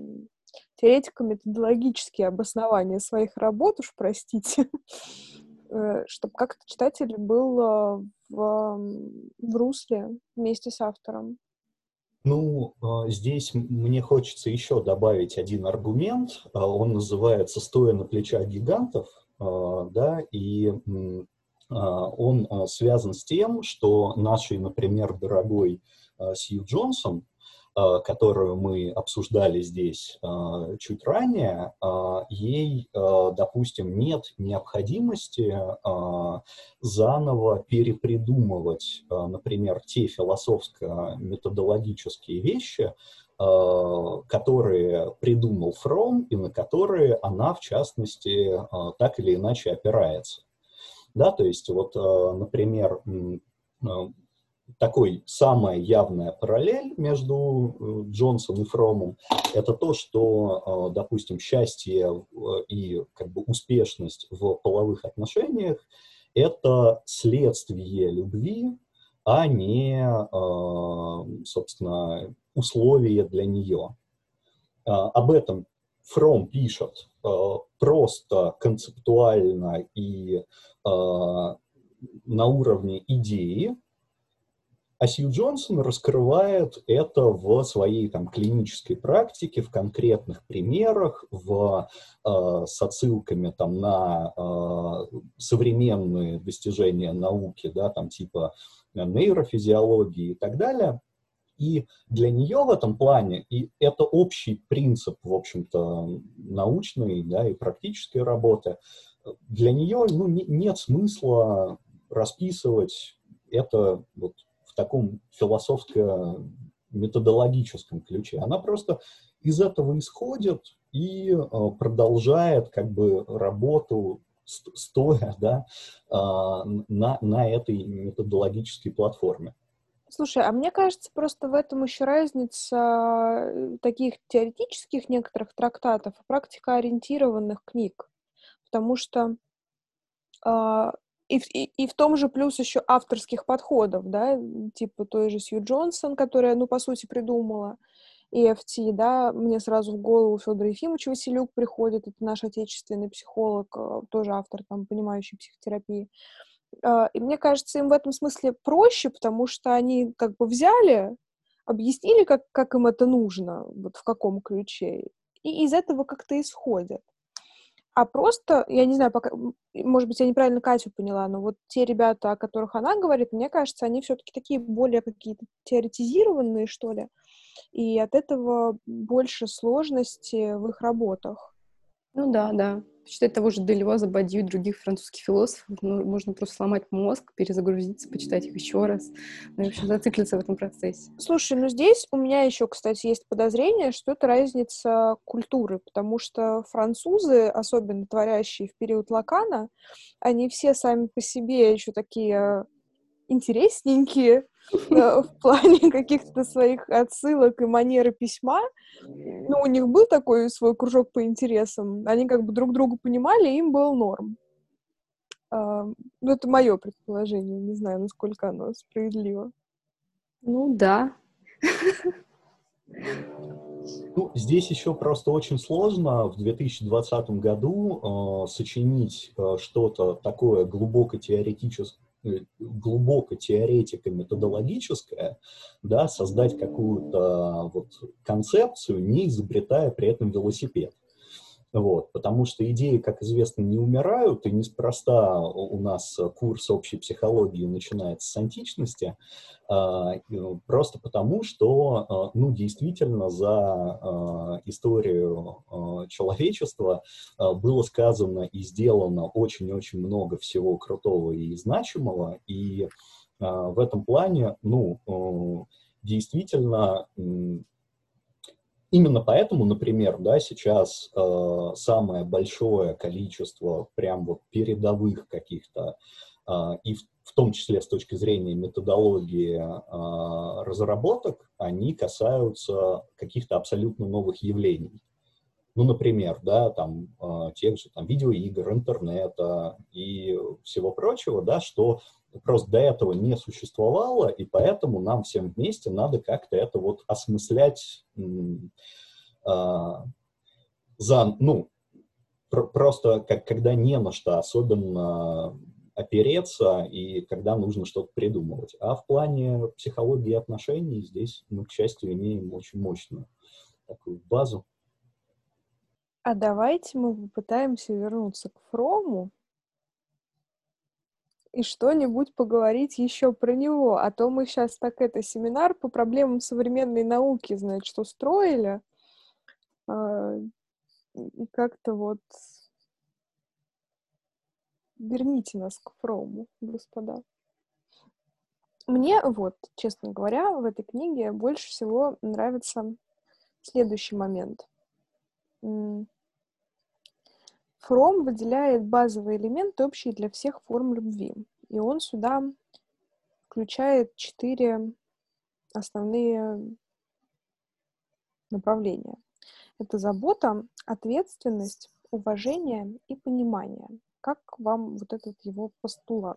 теоретико-методологические обоснования своих работ, уж простите, чтобы как-то читатель был в русле вместе с автором. Ну, здесь мне хочется еще добавить один аргумент. Он называется «Стоя на плечах гигантов», да, и он связан с тем, что нашей, например, дорогой Сью Джонсон, которую мы обсуждали здесь чуть ранее, ей, допустим, нет необходимости заново перепридумывать, например, те философско-методологические вещи, которые придумал Фром и на которые она, в частности, так или иначе опирается. Да, то есть, вот, например, такой самая явная параллель между Джонсом и Фромом — это то, что, допустим, счастье и как бы успешность в половых отношениях — это следствие любви, а не, собственно, условия для нее. Об этом Фром пишет просто концептуально и на уровне идеи, а Сью Джонсон раскрывает это в своей там клинической практике, в конкретных примерах, с отсылками там на современные достижения науки, да, там типа нейрофизиологии и так далее. И для нее в этом плане, и это общий принцип, в общем-то, научной, да, и практической работы, для нее нет смысла расписывать это вот в таком философско-методологическом ключе. Она просто из этого исходит и продолжает как бы работу стоя, да, на этой методологической платформе. Слушай, а мне кажется, просто в этом еще разница таких теоретических некоторых трактатов и практикоориентированных книг. Потому что и в том же плюс еще авторских подходов, да, типа той же Сью Джонсон, которая, по сути, придумала EFT, да, мне сразу в голову Федор Ефимович Василюк приходит, это наш отечественный психолог, тоже автор, там, понимающий психотерапии. И мне кажется, им в этом смысле проще, потому что они как бы взяли, объяснили, как им это нужно, вот в каком ключе, и из этого как-то исходят. А просто, я не знаю, пока, может быть, я неправильно Катю поняла, но вот те ребята, о которых она говорит, мне кажется, они все-таки такие более какие-то теоретизированные, что ли, и от этого больше сложности в их работах. Ну да. Почитать того же Делеза, Бадью и других французских философов, можно просто сломать мозг, перезагрузиться, почитать их еще раз, и, в общем, зациклиться в этом процессе. Слушай, здесь у меня еще, кстати, есть подозрение, что это разница культуры, потому что французы, особенно творящие в период Лакана, они все сами по себе еще такие интересненькие в плане каких-то своих отсылок и манеры письма. У них был такой свой кружок по интересам. Они как бы друг друга понимали, и им был норм. Это мое предположение. Не знаю, насколько оно справедливо. Да. Здесь еще просто очень сложно в 2020 году сочинить что-то такое глубоко теоретико-методологическое, да, создать какую-то вот концепцию, не изобретая при этом велосипед. Потому что идеи, как известно, не умирают, и неспроста у нас курс общей психологии начинается с античности, просто потому, что, действительно, за историю человечества было сказано и сделано очень-очень много всего крутого и значимого, и в этом плане, действительно, именно поэтому, например, да, сейчас самое большое количество прям вот передовых каких-то, и в том числе с точки зрения методологии разработок, они касаются каких-то абсолютно новых явлений. Например, да, там, тех же там, видеоигр, интернета и всего прочего, да, что просто до этого не существовало, и поэтому нам всем вместе надо как-то это вот осмыслять просто когда не на что особенно опереться и когда нужно что-то придумывать. А в плане психологии отношений здесь мы, к счастью, имеем очень мощную такую базу. А давайте мы попытаемся вернуться к Фрому и что-нибудь поговорить еще про него. А то мы сейчас семинар по проблемам современной науки, что строили. И как-то вот верните нас к Фрому, господа. Мне честно говоря, в этой книге больше всего нравится следующий момент. Фром выделяет базовые элементы, общие для всех форм любви. И он сюда включает 4 основные направления. Это забота, ответственность, уважение и понимание. Как вам вот этот его постулат?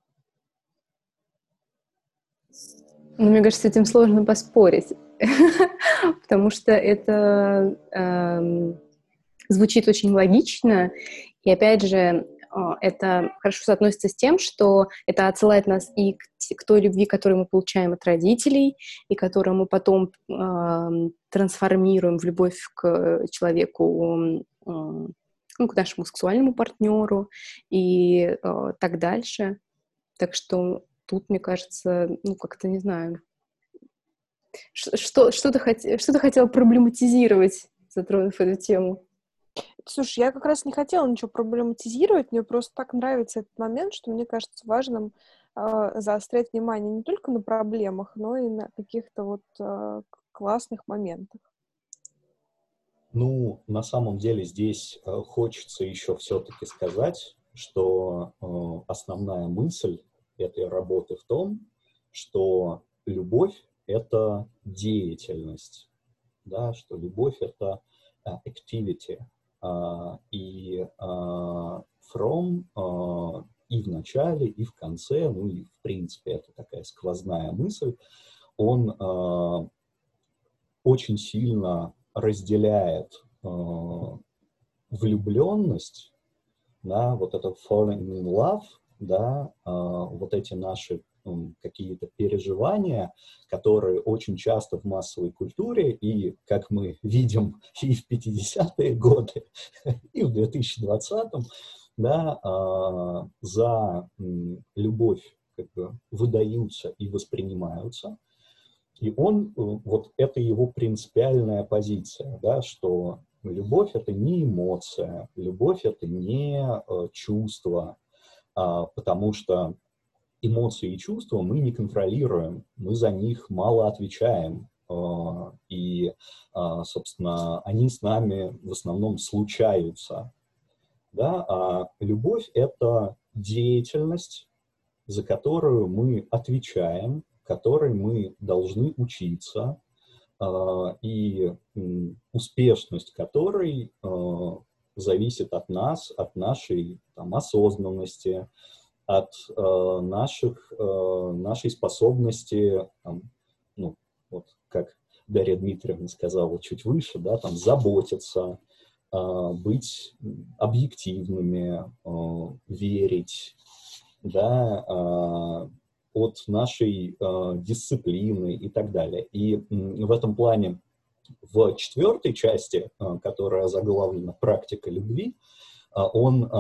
Мне кажется, с этим сложно поспорить, потому что это звучит очень логично, и опять же, это хорошо соотносится с тем, что это отсылает нас и к той любви, которую мы получаем от родителей, и которую мы потом трансформируем в любовь к человеку, к нашему сексуальному партнеру и так дальше. Так что тут, мне кажется, ну, как-то, не знаю, что ты хотела проблематизировать, затронув эту тему? Слушай, я как раз не хотела ничего проблематизировать, мне просто так нравится этот момент, что мне кажется важным заострять внимание не только на проблемах, но и на каких-то вот классных моментах. Ну, на самом деле здесь хочется еще все-таки сказать, что основная мысль этой работы в том, что любовь — это деятельность, да, что любовь — это activity. И from и в начале, и в конце, ну и в принципе это такая сквозная мысль, он очень сильно разделяет влюбленность, да, вот это falling in love, да, вот эти наши какие-то переживания, которые очень часто в массовой культуре, и, как мы видим, и в 50-е годы, и в 2020-м, да, за любовь как бы выдаются и воспринимаются. И вот это его принципиальная позиция, да, что любовь — это не эмоция, любовь — это не чувство, потому что эмоции и чувства мы не контролируем, мы за них мало отвечаем, и, собственно, они с нами в основном случаются. Да? А любовь — это деятельность, за которую мы отвечаем, которой мы должны учиться, и успешность которой зависит от нас, от нашей там, осознанности, от нашей способности, там, ну, вот как Дарья Дмитриевна сказала чуть выше, да, там, заботиться, быть объективными, верить, да, от нашей дисциплины и так далее. И в этом плане в 4 части, которая заглавлена «Практика любви», он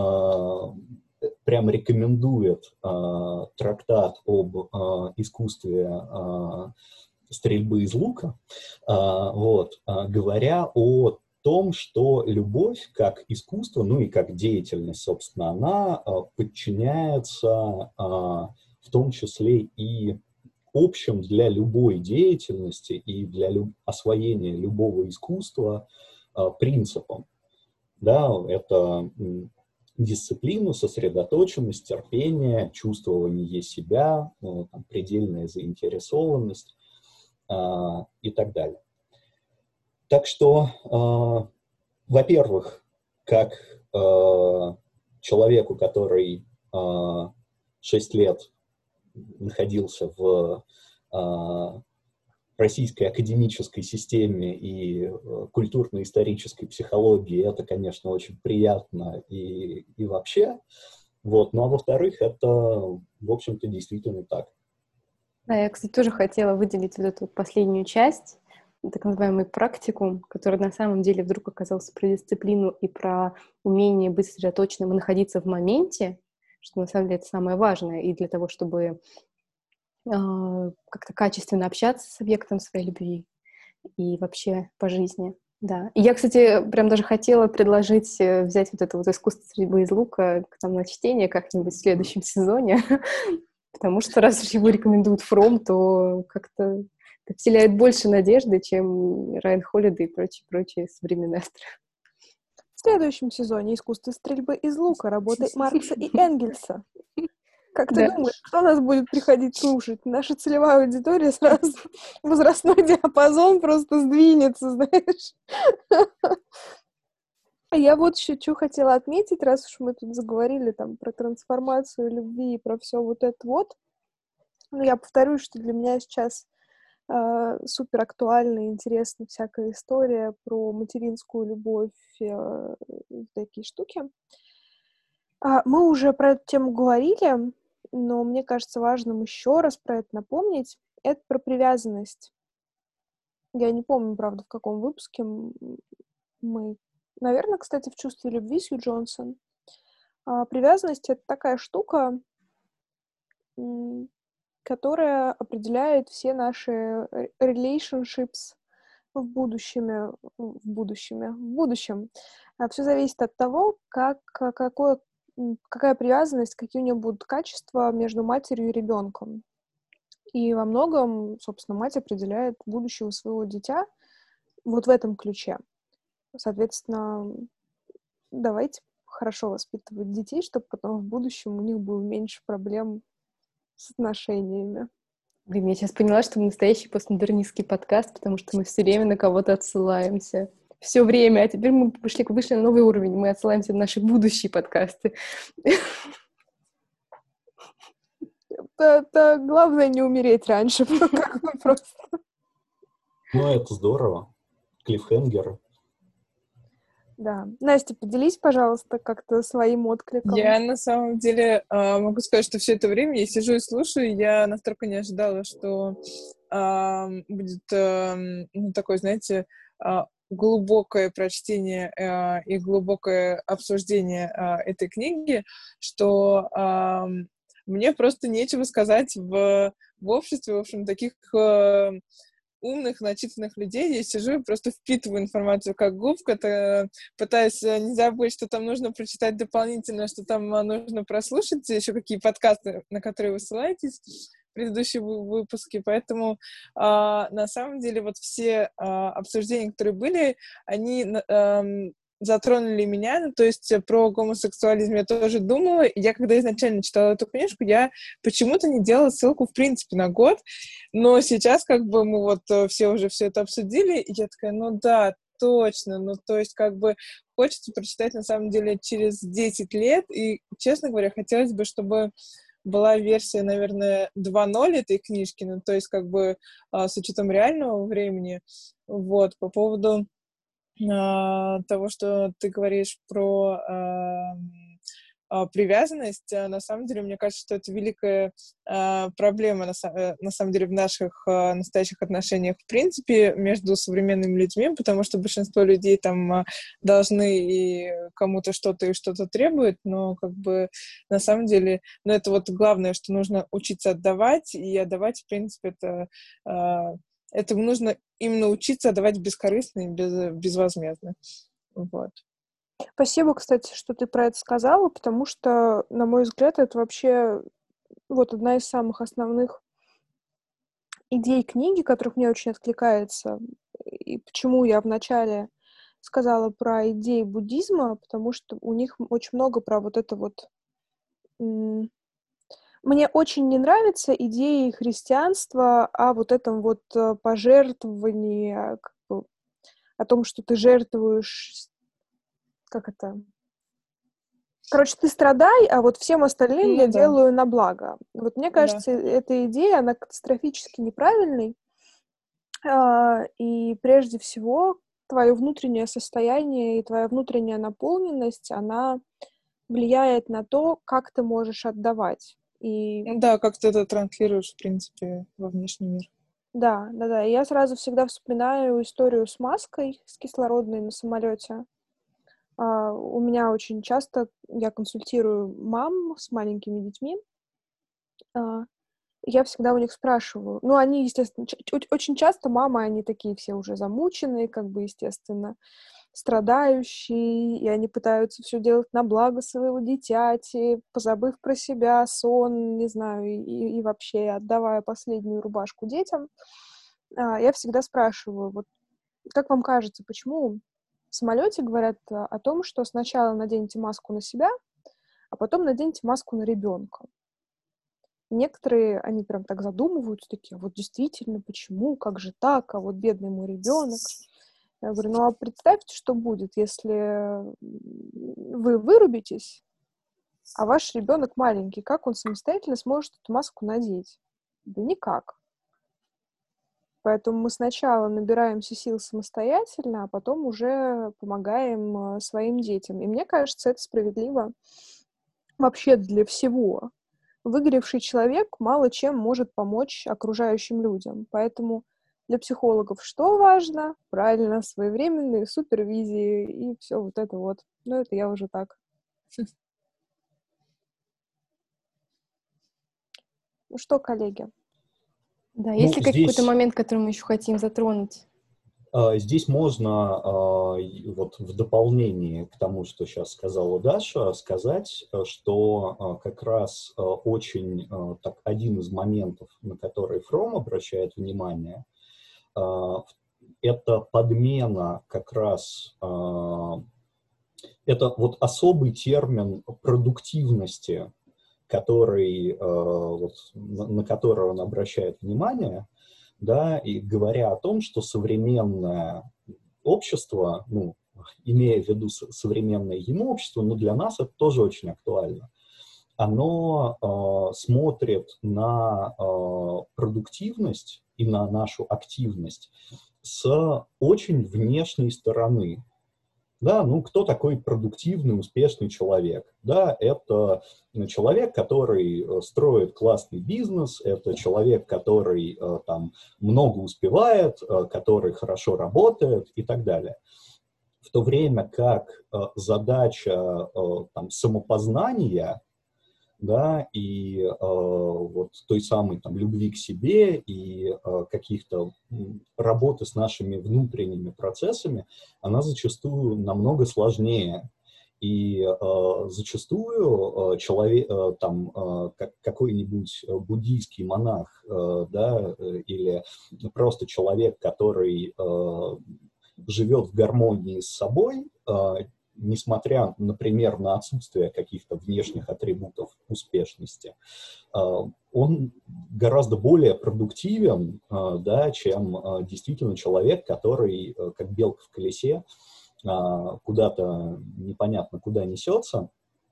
прям рекомендует трактат об искусстве стрельбы из лука, вот, говоря о том, что любовь как искусство, ну и как деятельность, собственно, она подчиняется в том числе и общим для любой деятельности и для освоения любого искусства принципам. Да, это дисциплину, сосредоточенность, терпение, чувствование себя, там, предельная заинтересованность и так далее. Так что, во-первых, как человеку, который 6 лет находился в российской академической системе и культурно-исторической психологии, это, конечно, очень приятно и вообще. Вот. Ну а во-вторых, это, в общем-то, действительно так. Да, я, кстати, тоже хотела выделить вот эту последнюю часть, так называемый практикум, который на самом деле вдруг оказался про дисциплину и про умение быть сосредоточенным и находиться в моменте, что на самом деле это самое важное и для того, чтобы как-то качественно общаться с объектом своей любви и вообще по жизни. Да. И я, кстати, прям даже хотела предложить взять вот это вот искусство стрельбы из лука там, на чтение как-нибудь в следующем сезоне, потому что раз уж его рекомендуют Фром, то как-то это вселяет больше надежды, чем Райан Холлидей и прочие современные авторы. В следующем сезоне «Искусство стрельбы из лука» работает Маркса и Энгельса. Как ты думаешь, кто нас будет приходить слушать? Наша целевая аудитория сразу, возрастной диапазон просто сдвинется, знаешь. Я вот еще что хотела отметить, раз уж мы тут заговорили там про трансформацию любви и про все вот это вот. Ну, я повторюсь, что для меня сейчас супер актуальна и интересна всякая история про материнскую любовь, такие штуки. Мы уже про эту тему говорили, но мне кажется важным еще раз про это напомнить. Это про привязанность. Я не помню, правда, в каком выпуске мы... Наверное, кстати, в «Чувстве любви» с Ю Джонсон. Привязанность — это такая штука, которая определяет все наши relationships в будущем. Все зависит от того, какая привязанность, какие у нее будут качества между матерью и ребенком. И во многом, собственно, мать определяет будущего своего дитя вот в этом ключе. Соответственно, давайте хорошо воспитывать детей, чтобы потом в будущем у них было меньше проблем с отношениями. Блин, я сейчас поняла, что мы настоящий постмодернистский подкаст, потому что мы все время на кого-то отсылаемся. Все время. А теперь мы вышли на новый уровень. Мы отсылаемся на наши будущие подкасты. Это главное не умереть раньше. Просто. Ну, это здорово. Клиффхенгер. Да. Настя, поделись, пожалуйста, как-то своим откликом. Я на самом деле могу сказать, что все это время я сижу и слушаю, я настолько не ожидала, что будет такое, знаете, глубокое прочтение и глубокое обсуждение этой книги, что мне просто нечего сказать в обществе, в общем, таких умных, начитанных людей. Я сижу и просто впитываю информацию как губка, пытаюсь не забыть, что там нужно прочитать дополнительно, что там нужно прослушать, еще какие подкасты, на которые вы ссылаетесь, предыдущие выпуски. Поэтому на самом деле вот все обсуждения, которые были, они затронули меня, ну, то есть про гомосексуализм я тоже думала. Я, когда изначально читала эту книжку, я почему-то не делала ссылку, в принципе, на год, но сейчас как бы мы вот все уже все это обсудили, и я такая, ну да, точно, ну то есть как бы хочется прочитать на самом деле через 10 лет, и, честно говоря, хотелось бы, чтобы была версия, наверное, 2.0 этой книжки, ну то есть как бы с учетом реального времени, вот, по поводу того, что ты говоришь про привязанность, на самом деле, мне кажется, что это великая проблема, на самом деле, в наших настоящих отношениях, в принципе, между современными людьми, потому что большинство людей там должны и кому-то что-то и что-то требуют, но как бы на самом деле, ну, это вот главное, что нужно учиться отдавать, и отдавать, в принципе, этому нужно именно учиться отдавать бескорыстно и безвозмездно. Вот. Спасибо, кстати, что ты про это сказала, потому что, на мой взгляд, это вообще вот одна из самых основных идей книги, которых мне очень откликается. И почему я вначале сказала про идеи буддизма, потому что у них очень много про вот это вот... Мне очень не нравятся идеи христианства о вот этом вот пожертвовании, о том, что ты жертвуешь... Как это? Короче, ты страдай, а вот всем остальным я делаю на благо. Вот мне кажется, эта идея, она катастрофически неправильной. И прежде всего, твое внутреннее состояние и твоя внутренняя наполненность, она влияет на то, как ты можешь отдавать. Да, как ты это транслируешь, в принципе, во внешний мир. Да. И я сразу всегда вспоминаю историю с маской, с кислородной на самолете. У меня очень часто, я консультирую мам с маленькими детьми, я всегда у них спрашиваю. Ну, они, естественно, очень часто мамы, они такие все уже замученные, как бы, естественно, страдающие, и они пытаются все делать на благо своего дитяти, позабыв про себя, сон, не знаю, и вообще отдавая последнюю рубашку детям. Я всегда спрашиваю, вот как вам кажется, почему в самолете говорят о том, что сначала наденьте маску на себя, а потом наденьте маску на ребенка? Некоторые, они прям так задумываются, такие, вот действительно, почему, как же так, а вот бедный мой ребенок. Я говорю, ну а представьте, что будет, если вы вырубитесь, а ваш ребенок маленький, как он самостоятельно сможет эту маску надеть? Да никак. Поэтому мы сначала набираемся сил самостоятельно, а потом уже помогаем своим детям. И мне кажется, это справедливо вообще для всего. Выгоревший человек мало чем может помочь окружающим людям. Поэтому для психологов что важно? Правильно, своевременные супервизии и все вот это вот. Но это я уже так. Ну что, коллеги, Да, Ну, есть ли какой-то здесь момент, который мы еще хотим затронуть? Здесь можно вот в дополнение к тому, что сейчас сказала Даша, сказать, что как раз очень так, один из моментов, на который Фром обращает внимание, это подмена как раз, это вот особый термин продуктивности, который, вот, на который он обращает внимание, да, и говоря о том, что современное общество, ну, имея в виду современное ему общество, но для нас это тоже очень актуально, оно смотрит на продуктивность и на нашу активность с очень внешней стороны. Да, ну, кто такой продуктивный, успешный человек? Да, это человек, который строит классный бизнес, это человек, который там много успевает, который хорошо работает и так далее. В то время как задача там, самопознания, да, и вот той самой там любви к себе и каких-то работы с нашими внутренними процессами, она зачастую намного сложнее. И зачастую человек, там, какой-нибудь буддийский монах, да, или просто человек, который живет в гармонии с собой, несмотря, например, на отсутствие каких-то внешних атрибутов успешности, он гораздо более продуктивен, да, чем действительно человек, который, как белка в колесе, куда-то непонятно куда несется,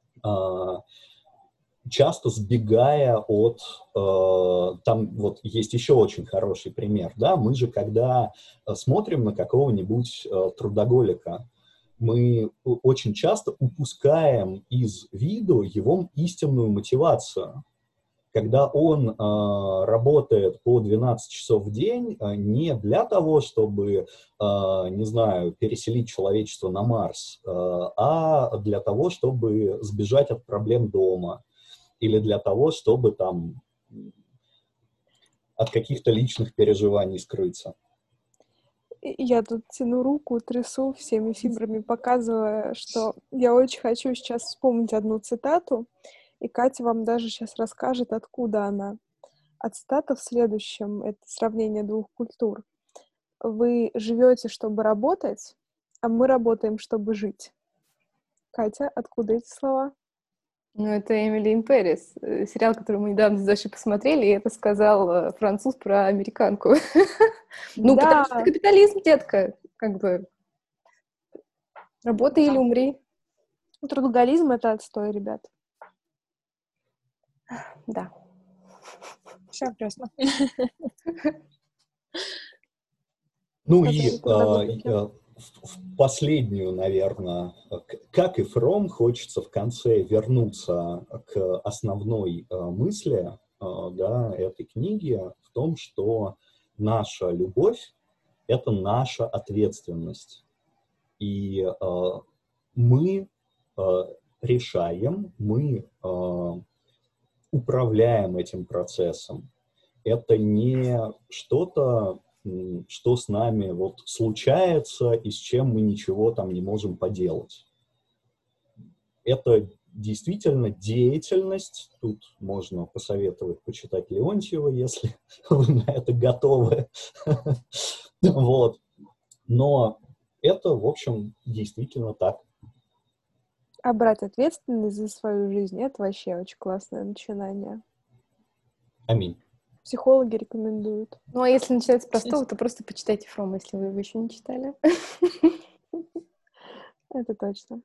часто сбегая от... Там вот есть еще очень хороший пример, да, мы же, когда смотрим на какого-нибудь трудоголика, мы очень часто упускаем из виду его истинную мотивацию. Когда он работает по 12 часов в день не для того, чтобы, не знаю, переселить человечество на Марс, а для того, чтобы сбежать от проблем дома или для того, чтобы там от каких-то личных переживаний скрыться. Я тут тяну руку, трясу всеми фибрами, показывая, что я очень хочу сейчас вспомнить одну цитату, и Катя вам даже сейчас расскажет, откуда она. А цитата в следующем, это сравнение двух культур. Вы живете, чтобы работать, а мы работаем, чтобы жить. Катя, откуда эти слова? Ну, это Эмили ин Пэрис, сериал, который мы недавно с Дашей посмотрели, и это сказал француз про американку. Ну, потому что Да, капитализм, детка, как бы, работай или умри. трудоголизм — это отстой, ребят. Да. Все ясно. Ну Сказали и трудоголики. в последнюю, наверное, как и Фром, хочется в конце вернуться к основной мысли, да, этой книги, в том, что наша любовь — это наша ответственность. И мы решаем, мы управляем этим процессом. Это не что-то, что с нами вот случается и с чем мы ничего там не можем поделать. Это действительно деятельность. Тут можно посоветовать почитать Леонтьева, если вы на это готовы. Вот. Но это, в общем, действительно так. А брать ответственность за свою жизнь — это вообще очень классное начинание. Аминь. Психологи рекомендуют. Ну, а если начинать с простого, то просто почитайте Фрома, если вы его еще не читали. Это точно.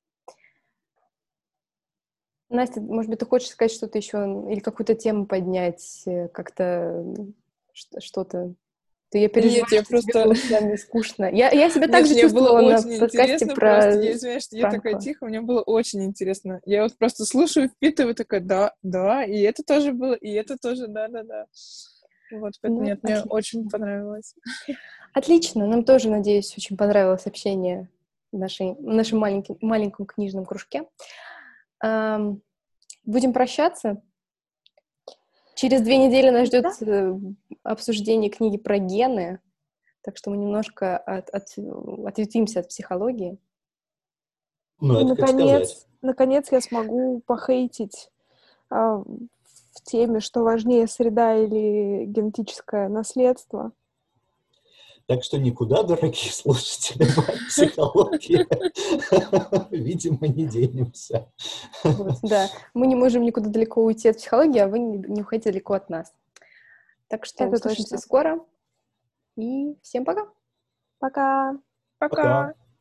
Настя, может быть, ты хочешь сказать что-то еще или какую-то тему поднять, как-то что-то? Ты я переживаю, Нет, я что тебе просто... было с нами скучно. Я себя так Нет, же мне было чувствовала на очень подкасте интересно, про просто я извиняюсь, что я такая Франко. тихо, мне было очень интересно. Я вот просто слушаю, впитываю, такая, да, и это тоже было, и это тоже, да. Вот, поэтому Ну, нет, мне отлично. очень понравилось. Отлично, нам тоже, надеюсь, очень понравилось общение в нашем маленьком книжном кружке. Будем прощаться. Через 2 недели нас ждет Да. обсуждение книги про гены, так что мы немножко ответвимся от психологии. Ну, И, это как сказать. наконец я смогу похейтить в теме, что важнее, среда или генетическое наследство. Так что никуда, дорогие слушатели, от психологии, видимо, не денемся. Вот, да. Мы не можем никуда далеко уйти от психологии, а вы не уходите далеко от нас. Так что Это услышимся точно. скоро. И всем пока! Пока! Пока!